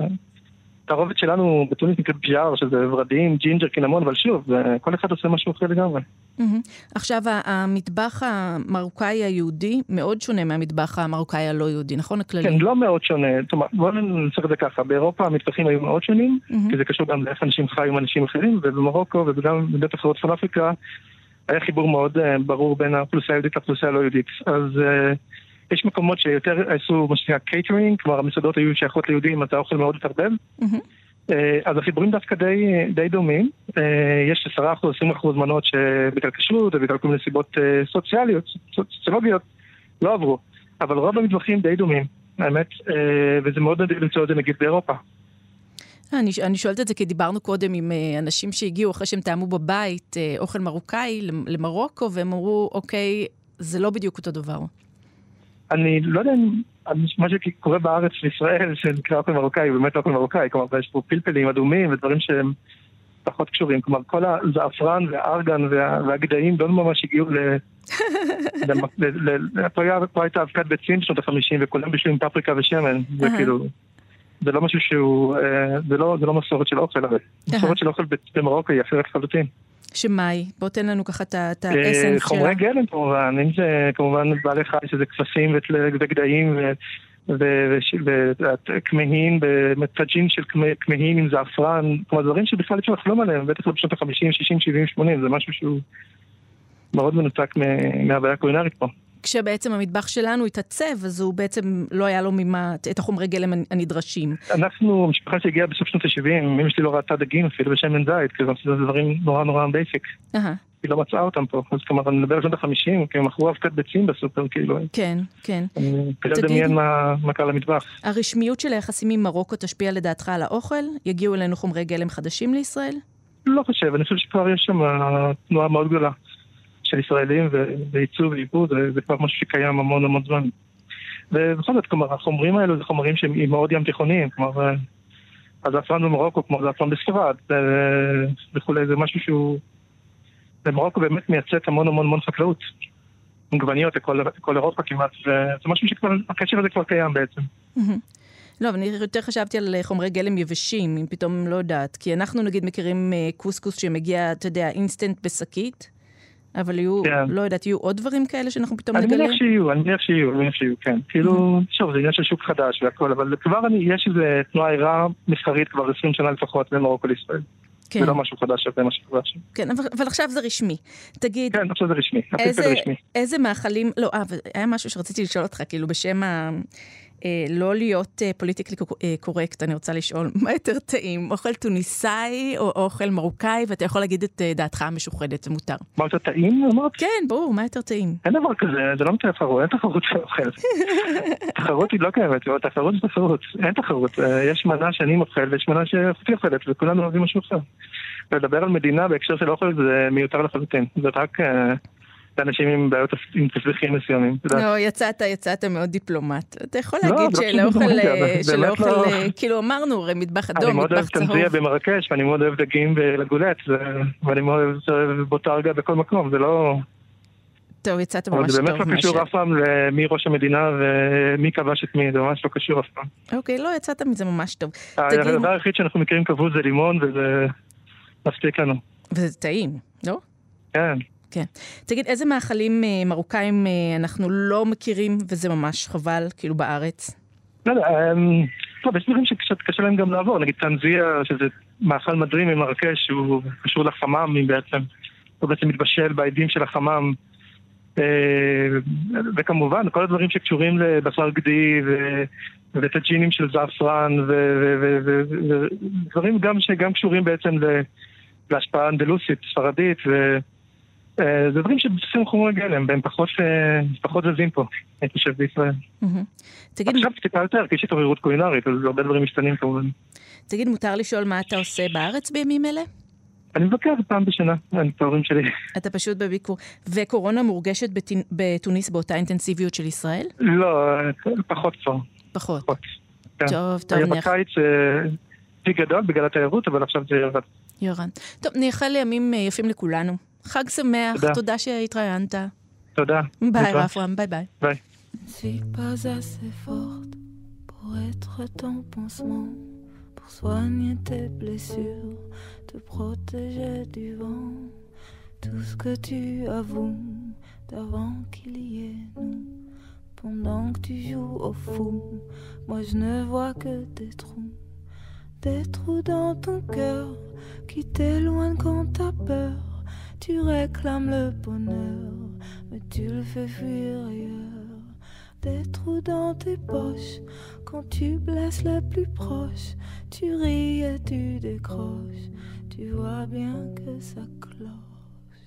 התערובת שלנו בתוניס נקראת בג'אר, שזה ורדים, ג'ינג'ר, קינמון, אבל שוב, כל אחד עושה משהו אחר לגמרי. עכשיו, המטבח המרוקאי היהודי מאוד שונה מהמטבח המרוקאי הלא יהודי, נכון? הכללי? כן, לא מאוד שונה. בואו נצטרך את זה ככה. באירופה המטבחים היו מאוד שונים, כי זה קשור גם לאיך אנשים חיו עם אנשים אחרים, ובמרוקו וגם במדינות אחרות צפון אפריקה, היה חיבור מאוד ברור בין האוכלוסייה היהודית לאוכלוסייה הלא יהודית. אז יש מקומות שיותר עשו מה שנקרא קייטרינג, כלומר המסעדות היו שייכות ליהודים, אז האוכל מאוד התערבב. אז החיבורים דווקא די, די דומים. יש עשרה אחוז, עשרים אחוז מנות שבגלל כשרות ובגלל כל מיני סיבות סוציאליות, סוציולוגיות, לא עברו. אבל רוב המטבחים די דומים, האמת, וזה מאוד נדיר למצוא את זה נגיד באירופה. אני, אני שואלת את זה כי דיברנו קודם עם אנשים שהגיעו אחרי שהם טעמו בבית אוכל מרוקאי למרוקו, והם אמרו, אוקיי, זה לא בדיוק אותו דבר. אני לא יודע מה שקורה בארץ בישראל שנקרא אוכל מרוקאי, באמת אוכל מרוקאי, כלומר, יש פה פלפלים אדומים ודברים שהם פחות קשורים, כלומר, כל הזעפרן והארגן והגדיים לא ממש הגיעו ל... פה הייתה אבקת ביצים בשנות ה-חמישים, וכולם בשבילים פפריקה ושמן, זה כאילו... זה לא משהו שהוא... זה לא מסורת של אוכל, אבל מסורת של אוכל במרוקו היא אחרת לחלוטין. שמאי? בוא תן לנו ככה את האסנס שלה. חומרי גלם כמובן, אם זה כמובן בעלי חי, שזה כבשים וגדיים וכמהין, טאג'ין של כמהין עם זעפרן, כמו דברים שבכלל אפשר לחלום עליהם, בטח לא בשנות ה-חמישים, שישים, שבעים, שמונים, זה משהו שהוא מאוד מנותק מהבעיה הקולינרית פה. כשבעצם המטבח שלנו התעצב, אז הוא בעצם לא היה לו ממה, את החומרי גלם הנדרשים. אנחנו, המשפחה שהגיעה בסוף שנות ה-שבעים, אמא שלי לא ראתה דגים אפילו בשמן זית, כי זה דברים נורא נורא בייסיק. היא לא מצאה אותם פה. אז כלומר, אני מדבר על שנות ה-חמישים, כי הם מכרו אבקת ביצים בסופר, כאילו. כן, כן. כדי לדמיין מה קרה למטבח. הרשמיות של היחסים עם מרוקו תשפיע לדעתך על האוכל? יגיעו אלינו חומרי גלם חדשים לישראל? לא חושב, אני חושב שכבר יש שם תנועה מאוד גדולה של ישראלים וייצוא ועיבוד, זה כבר משהו שקיים המון המון זמן. ובכל זאת, כלומר, החומרים האלו זה חומרים שהם מאוד ים תיכוניים, כלומר, הזעפרן במרוקו, כמו הזעפרן בספרד, וכולי, זה משהו שהוא... במרוקו באמת מייצאת המון המון המון חקלאות, מגווניות לכל אירופה כמעט, וזה משהו שכבר, הקשר הזה כבר קיים בעצם. לא, אבל אני יותר חשבתי על חומרי גלם יבשים, אם פתאום לא יודעת, כי אנחנו נגיד מכירים קוסקוס שמגיע, אתה יודע, אינסטנט בשקית, אבל יהיו, לא יודעת, יהיו עוד דברים כאלה שאנחנו פתאום נגלה? אני מניח שיהיו, אני מניח שיהיו, אני מניח שיהיו, כן. כאילו, שוב, זה עניין של שוק חדש והכל, אבל כבר יש איזו תנועה עירה מסחרית כבר עשרים שנה לפחות במרוקו לישראל. זה לא משהו חדש, זה משהו חדש. כן, אבל עכשיו זה רשמי. תגיד... כן, עכשיו זה רשמי. איזה מאכלים... לא, היה משהו שרציתי לשאול אותך, כאילו, בשם ה... לא להיות פוליטיקלי קורקט, אני רוצה לשאול, מה יותר טעים? אוכל טוניסאי או אוכל מרוקאי? ואתה יכול להגיד את דעתך המשוחדת, זה מותר. מה יותר טעים? כן, ברור, מה יותר טעים? אין דבר כזה, זה לא מתחרות, אין תחרות של אוכל. תחרות היא לא קיימת, תחרות זה תחרות, אין תחרות. יש מנה שאני אוכל ויש מנה שאחותי אוכלת, וכולנו אוהבים משהו אחר. ולדבר על מדינה בהקשר של אוכל זה מיותר לחלוטין. זה רק... לאנשים עם בעיות עם תסביכים מסוימים. לא, יצאת, יצאת מאוד דיפלומט. אתה יכול להגיד שלאוכל, כאילו אמרנו, הרי מטבח אדום, מטבח צהוב. אני מאוד אוהב תנזיה במרקש, ואני מאוד אוהב דגים בלגולט, ואני מאוד אוהב בוטרגה בכל מקום, זה לא... טוב, יצאת ממש טוב. זה באמת לא קשור אף פעם למי ראש המדינה ומי כבש את מי, זה ממש לא קשור אף פעם. אוקיי, לא, יצאת מזה ממש טוב. הדבר היחיד שאנחנו מכירים כבוד זה לימון, וזה מספיק לנו. וזה טעים, לא? כן. כן. תגיד, איזה מאכלים מרוקאים אנחנו לא מכירים, וזה ממש חבל, כאילו בארץ? לא יודע, טוב, יש דברים שקצת קשה להם גם לעבור, נגיד טנזיה, שזה מאכל מדרים ממרקש, שהוא קשור לחמם בעצם, הוא בעצם מתבשל בעדים של החמם, וכמובן, כל הדברים שקשורים לבשר גדי, וטאג'ינים של זעפרן, ודברים גם שגם קשורים בעצם להשפעה אנדלוסית, ספרדית, ו... זה דברים שבסופים חומרי גלם, והם פחות זזים פה, אני חושב, בישראל. עכשיו טיפה יותר, כי יש התעוררות קולינרית, אז הרבה דברים משתנים כמובן. תגיד, מותר לשאול מה אתה עושה בארץ בימים אלה? אני מבקר פעם בשנה, אני תאורים שלי. אתה פשוט בביקור. וקורונה מורגשת בתוניס באותה אינטנסיביות של ישראל? לא, פחות כבר. פחות? טוב, טוב. היה בקיץ די גדול בגלל התיירות, אבל עכשיו זה ירד. ירד. טוב, נאחל לימים יפים לכולנו. חג שמח, תודה, תודה שהתראיינת. תודה. ביי, רפרם, ביי ביי. ביי. Je ne suis pas assez forte pour être ton pansement, pour soigner tes blessures, te protéger du vent, tout ce que tu avoues d'avant qu'il y ait nous. Pendant que tu joues au fou, moi je ne vois que des trous, des trous dans ton cœur qui t'éloignent quand t'as peur. Tu réclames le bonheur, mais tu le fais fuir ailleurs. Des trous dans tes poches, quand tu blesses les plus proches. Tu ris et tu décroches, tu vois bien que ça cloche.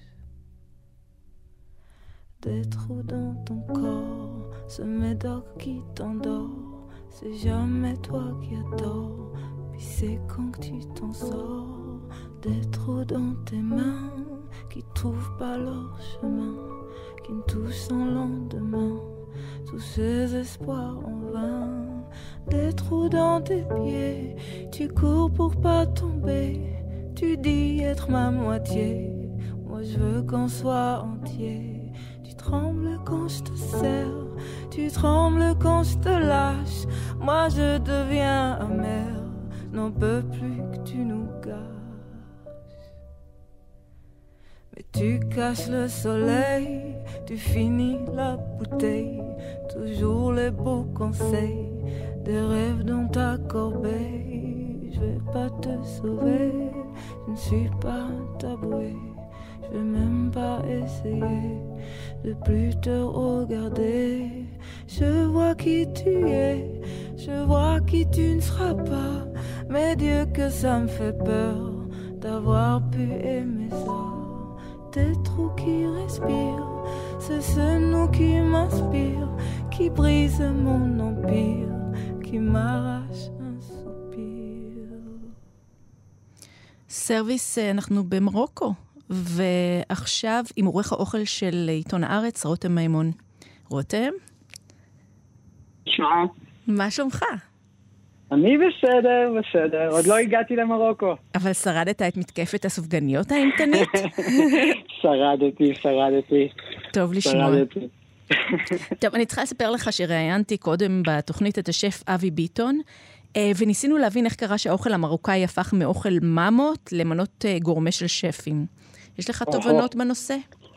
Des trous dans ton corps, ce médoc qui t'endort. C'est jamais toi qui as tort, puis c'est quand que tu t'en sors. Des trous dans tes mains qui trouvent pas leur chemin, qui ne touchent sans lendemain tous ces espoirs en vain. Des trous dans tes pieds, tu cours pour pas tomber. Tu dis être ma moitié, moi je veux qu'on soit entier. Tu trembles quand je te serre, tu trembles quand je te lâche. Moi je deviens amère, n'en peux plus que tu nous gâches. Mais tu caches le soleil, tu finis la bouteille. Toujours les beaux conseils, des rêves dans ta corbeille. Je vais pas te sauver, je ne suis pas taboué. Je vais même pas essayer de plus te regarder. Je vois qui tu es, je vois qui tu ne seras pas. Mais Dieu que ça me fait peur d'avoir pu aimer ça. Des trous qui respirent, c'est ce nous qui m'inspire, qui brise mon empire, qui m'arrache un soupir. סרוויס, אנחנו במרוקו, ועכשיו עם עורך האוכל של עיתון הארץ, רותם מימון. רותם? שמע. מה שלומך? אני בסדר, בסדר. עוד לא הגעתי למרוקו. אבל שרדת את מתקפת הסופגניות האימתנית? שרדתי, שרדתי. טוב לשמוע. טוב, אני צריכה לספר לך שראיינתי קודם בתוכנית את השף אבי ביטון, וניסינו להבין איך קרה שהאוכל המרוקאי הפך מאוכל ממות למנות גורמה של שפים. יש לך תובנות בנושא?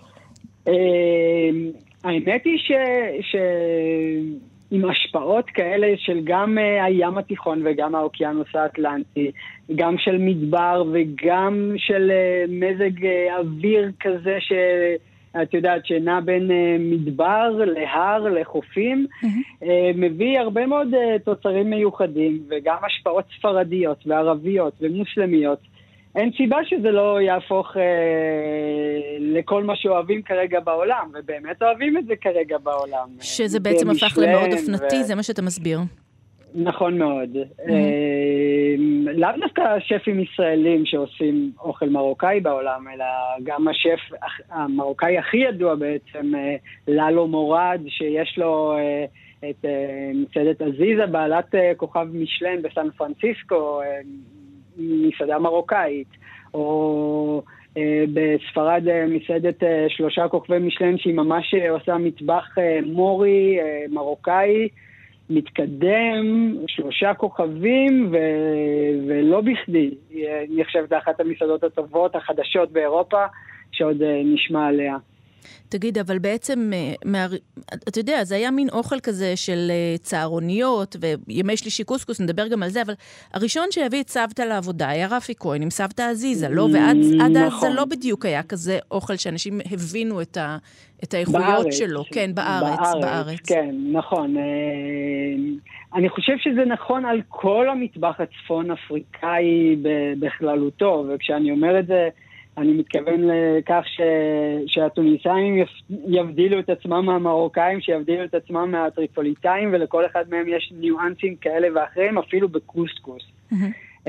האמת היא ש... עם השפעות כאלה של גם הים התיכון וגם האוקיינוס האטלנטי, גם של מדבר וגם של מזג אוויר כזה שאת יודעת שנע בין מדבר להר לחופים, mm-hmm. מביא הרבה מאוד תוצרים מיוחדים וגם השפעות ספרדיות וערביות ומוסלמיות. אין סיבה שזה לא יהפוך אה, לכל מה שאוהבים כרגע בעולם, ובאמת אוהבים את זה כרגע בעולם. שזה בעצם הפך למאוד אופנתי, ו... זה מה שאתה מסביר. נכון מאוד. Mm-hmm. אה, לאו דווקא שפים ישראלים שעושים אוכל מרוקאי בעולם, אלא גם השף המרוקאי הכי ידוע בעצם, אה, ללו מורד, שיש לו אה, את אה, מסעדת עזיזה, בעלת אה, כוכב משלן בסן פרנסיסקו, אה, מסעדה מרוקאית, או אה, בספרד אה, מסעדת אה, שלושה כוכבי משלן שהיא ממש אה, עושה מטבח אה, מורי אה, מרוקאי, מתקדם, שלושה כוכבים, ו... ולא בכדי. אני חושבת אחת המסעדות הטובות, החדשות באירופה, שעוד אה, נשמע עליה. תגיד, אבל בעצם, מה... אתה יודע, זה היה מין אוכל כזה של צהרוניות, וימי שלישי קוסקוס, נדבר גם על זה, אבל הראשון שהביא את סבתא לעבודה היה רפי כהן, עם סבתא עזיזה, לא? ועד עד אז זה לא בדיוק היה כזה אוכל שאנשים הבינו את, ה... את האיכויות בארץ, שלו. כן, בארץ, בארץ, בארץ. כן, נכון. אני חושב שזה נכון על כל המטבח הצפון אפריקאי בכללותו, וכשאני אומר את זה, אני מתכוון לכך ש... שהטוניסאים יבדילו את עצמם מהמרוקאים, שיבדילו את עצמם מהטריפוליטאים, ולכל אחד מהם יש ניואנסים כאלה ואחרים, אפילו בקוסקוס. Mm-hmm.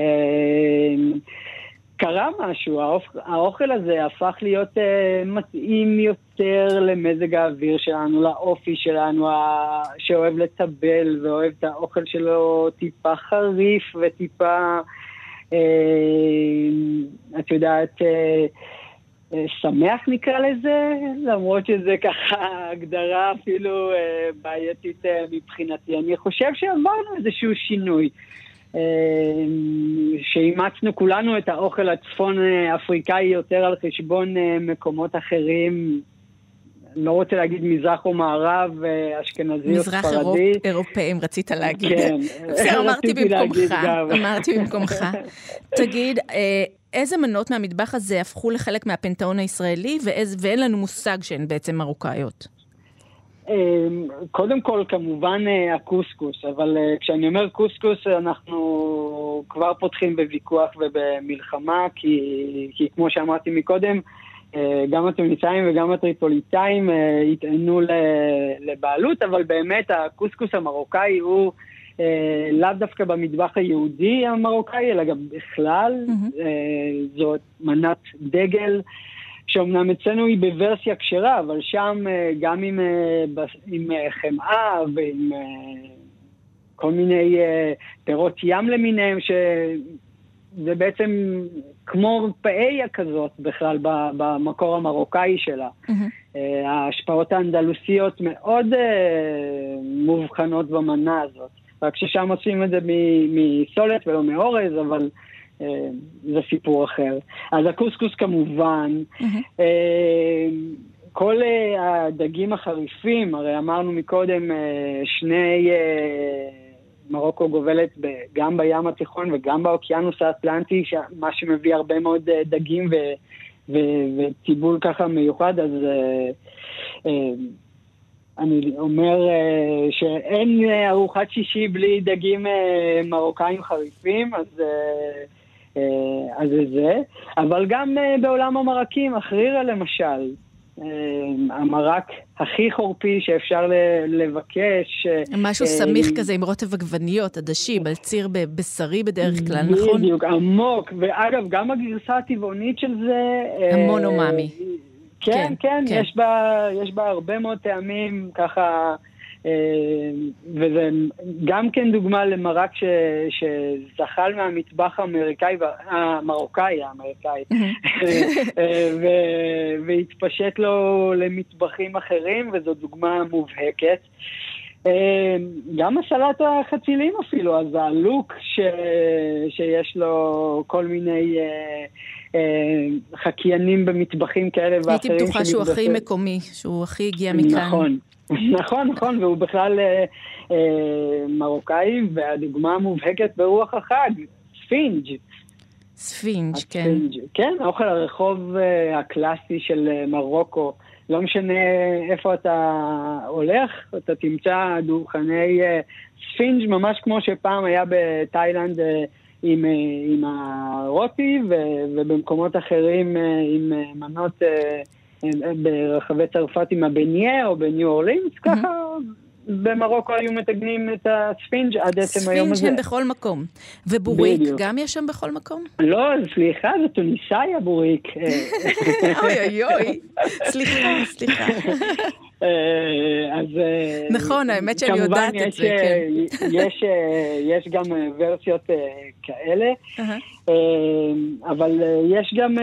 קרה משהו, האוכל, האוכל הזה הפך להיות uh, מתאים יותר למזג האוויר שלנו, לאופי שלנו, ה... שאוהב לטבל ואוהב את האוכל שלו טיפה חריף וטיפה... את יודעת, שמח נקרא לזה, למרות שזה ככה הגדרה אפילו בעייתית מבחינתי. אני חושב שעברנו איזשהו שינוי, שאימצנו כולנו את האוכל הצפון אפריקאי יותר על חשבון מקומות אחרים, לא רוצה להגיד מזרח או מערב, אשכנזי או ספרדי. מזרח אירופאים, רצית להגיד. כן. בסדר, אמרתי במקומך. אמרתי במקומך. תגיד, איזה מנות מהמטבח הזה הפכו לחלק מהפנתאון הישראלי, ואיז, ואין לנו מושג שהן בעצם מרוקאיות? קודם כל, כמובן הקוסקוס, אבל כשאני אומר קוסקוס, אנחנו כבר פותחים בוויכוח ובמלחמה, כי, כי כמו שאמרתי מקודם, גם התוניסאים וגם הטריפוליטאים יטענו לבעלות, אבל באמת הקוסקוס המרוקאי הוא לאו דווקא במטבח היהודי המרוקאי, אלא גם בכלל. זאת מנת דגל, שאומנם אצלנו היא בוורסיה כשרה, אבל שם גם עם, עם חמאה ועם כל מיני פירות ים למיניהם, שזה בעצם כמו פאיה כזאת בכלל במקור המרוקאי שלה. Mm-hmm. ההשפעות האנדלוסיות מאוד מובחנות במנה הזאת. רק ששם עושים את זה מסולת ולא מאורז, אבל זה סיפור אחר. אז הקוסקוס כמובן, mm-hmm. כל הדגים החריפים, הרי אמרנו מקודם, שני, מרוקו גובלת גם בים התיכון וגם באוקיינוס האטלנטי, מה שמביא הרבה מאוד דגים ו, ו, וטיבול ככה מיוחד, אז אני אומר שאין ארוחת שישי בלי דגים מרוקאים חריפים, אז אז זה, אבל גם בעולם המרקים, אחרירה למשל, המרק הכי חורפי שאפשר לבקש. משהו סמיך כזה עם רוטב עגבניות, עדשים, על ציר בשרי בדרך כלל, נכון? בדיוק, עמוק, ואגב, גם הגרסה הטבעונית של זה... המון אומאמי. כן, כן, יש בה, יש בה הרבה מאוד טעמים, ככה... וזה גם כן דוגמה למרק ש, שזחל מהמטבח האמריקאי, המרוקאי האמריקאי, ו, והתפשט לו למטבחים אחרים, וזו דוגמה מובהקת. גם הסלט החצילים אפילו, אז הלוק ש, שיש לו כל מיני חקיינים במטבחים כאלה ואחרים. הייתי בטוחה שהוא הכי מקומי, שהוא הכי הגיע מכאן. נכון. נכון, נכון, והוא בכלל אה, אה, מרוקאי, והדוגמה המובהקת ברוח החג, ספינג'. ספינג', כן. הספינג', כן, אוכל הרחוב אה, הקלאסי של אה, מרוקו. לא משנה איפה אתה הולך, אתה תמצא דוכני אה, ספינג' ממש כמו שפעם היה בתאילנד אה, עם, אה, עם הרוטי, ו, ובמקומות אחרים אה, עם אה, מנות... אה, ברחבי צרפת עם הבניה או בניו אורלינס, ככה במרוקו היו מתגנים את הספינג' עד עצם היום הזה. ספינג' הם בכל מקום. ובוריק גם יש שם בכל מקום? לא, סליחה, זה טוניסאי הבוריק. אוי אוי אוי, סליחה, סליחה. נכון, האמת שאני יודעת את זה, כן. יש גם ורסיות כאלה, אבל יש גם...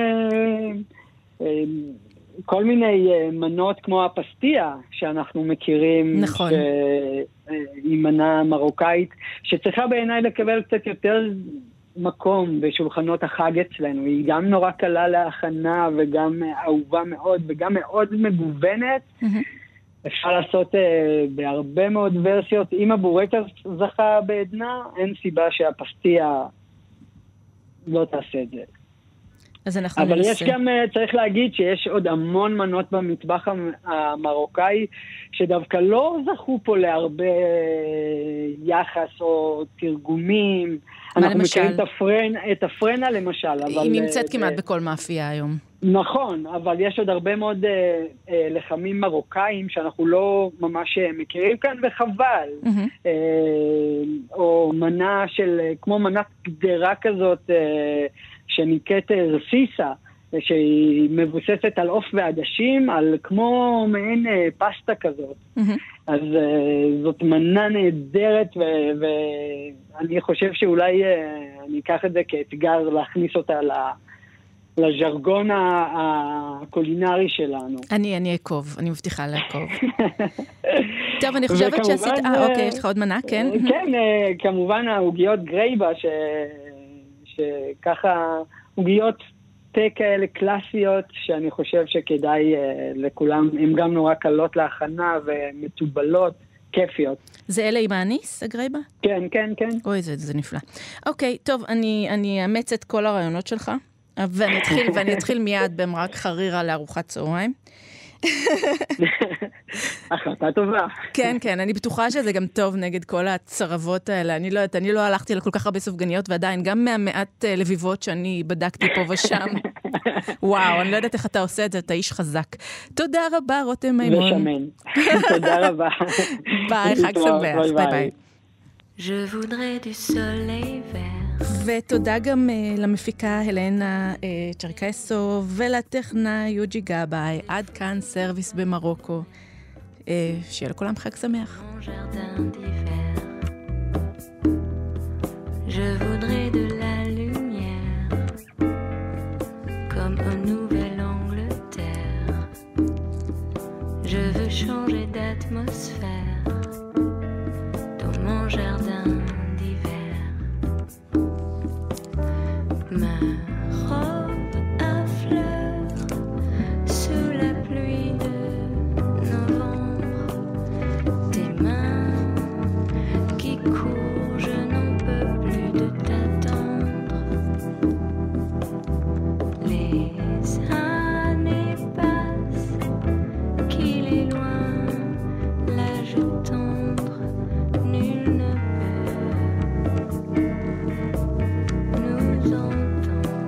כל מיני מנות כמו הפסטיה שאנחנו מכירים, נכון. היא מנה מרוקאית, שצריכה בעיניי לקבל קצת יותר מקום בשולחנות החג אצלנו. היא גם נורא קלה להכנה וגם אהובה מאוד וגם מאוד מגוונת. Mm-hmm. אפשר לעשות uh, בהרבה מאוד ורסיות. אם הבורקה זכה בעדנה, אין סיבה שהפסטיה לא תעשה את זה. אז אנחנו אבל ננסה. יש גם, צריך להגיד שיש עוד המון מנות במטבח המרוקאי, שדווקא לא זכו פה להרבה יחס או תרגומים. אנחנו למשל? מכירים את הפרן, את הפרנה למשל. היא נמצאת כמעט בכל מאפייה היום. נכון, אבל יש עוד הרבה מאוד אה, אה, לחמים מרוקאים שאנחנו לא ממש מכירים כאן, וחבל. Mm-hmm. אה, או מנה של, כמו מנת גדרה כזאת, אה, שנקראת רסיסה, שהיא מבוססת על עוף ועדשים, על כמו מעין אה, פסטה כזאת. Mm-hmm. אז אה, זאת מנה נהדרת, ואני חושב שאולי אה, אני אקח את זה כאתגר להכניס אותה ל... לז'רגון הקולינרי שלנו. אני, אני אעקוב, אני מבטיחה לעקוב. טוב, אני חושבת שעשית... אה, אוקיי, יש לך עוד מנה, כן? כן, כמובן העוגיות גרייבה, ש... שככה עוגיות תה כאלה קלאסיות, שאני חושב שכדאי לכולם, הן גם נורא קלות להכנה ומטובלות, כיפיות. זה אלה עם האניס, הגרייבה? כן, כן, כן. אוי, זה, זה נפלא. אוקיי, טוב, אני, אני אאמץ את כל הרעיונות שלך. ואני אתחיל, ואני אתחיל מיד במרק חרירה לארוחת צהריים. החלטה טובה. כן, כן, אני בטוחה שזה גם טוב נגד כל הצרבות האלה. אני לא יודעת, אני לא הלכתי לכל כך הרבה סופגניות, ועדיין, גם מהמעט לביבות שאני בדקתי פה ושם. וואו, אני לא יודעת איך אתה עושה את זה, אתה איש חזק. תודה רבה, רותם מימון. ושמן. תודה רבה. ביי, חג שמח. ביי ביי. Je voudrais du soleil vert. ותודה גם uh, למפיקה הלנה uh, צ'רקסו ולטכנאי יוג'י גבאי. עד כאן סרוויס במרוקו. Uh, שיהיה לכולם חג שמח. Je voudrais de la lumière comme au Nouvelle-Angleterre. Je veux changer d'atmosphère dans mon jardin d'hiver. Ma robe à fleurs sous la pluie de novembre. Tes mains qui courent, je n'en peux plus de t'attendre. Les années passent, qu'il est loin l'âge tendre. Nul ne peut nous entendre.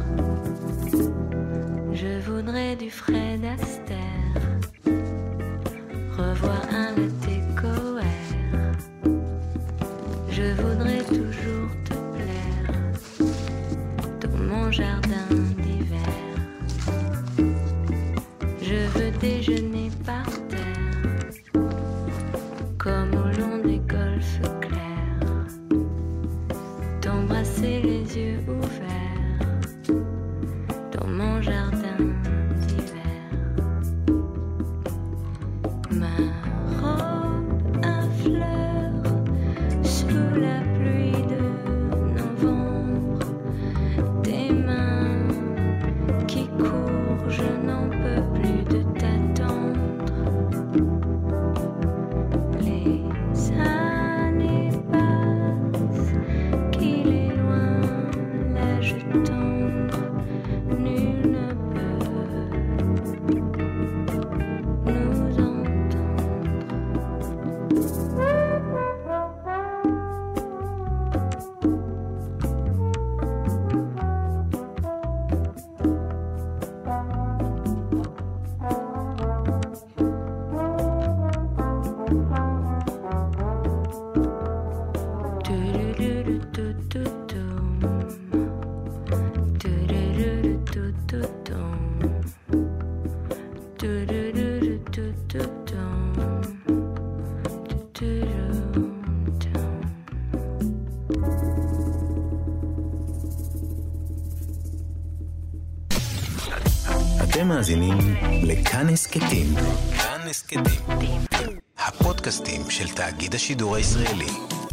Je voudrais du Fred Astaire, revoir un latte coère. Je voudrais toujours te plaire dans mon jardin d'hiver. Je veux déjeuner par terre comme au long des golfes clairs, t'embrasser les yeux ouverts dans mon jardin d'hiver. Ma robe à fleurs sous la pluie de novembre. Tes mains qui courent, je n'en peux plus de t'attendre. Les années passent, qu'il est loin l'âge tendre. Nul ne peut nous entendre. אתם מאזינים לכאן הסכתים. כאן הסכתים. הפודקאסטים של תאגיד השידור הישראלי.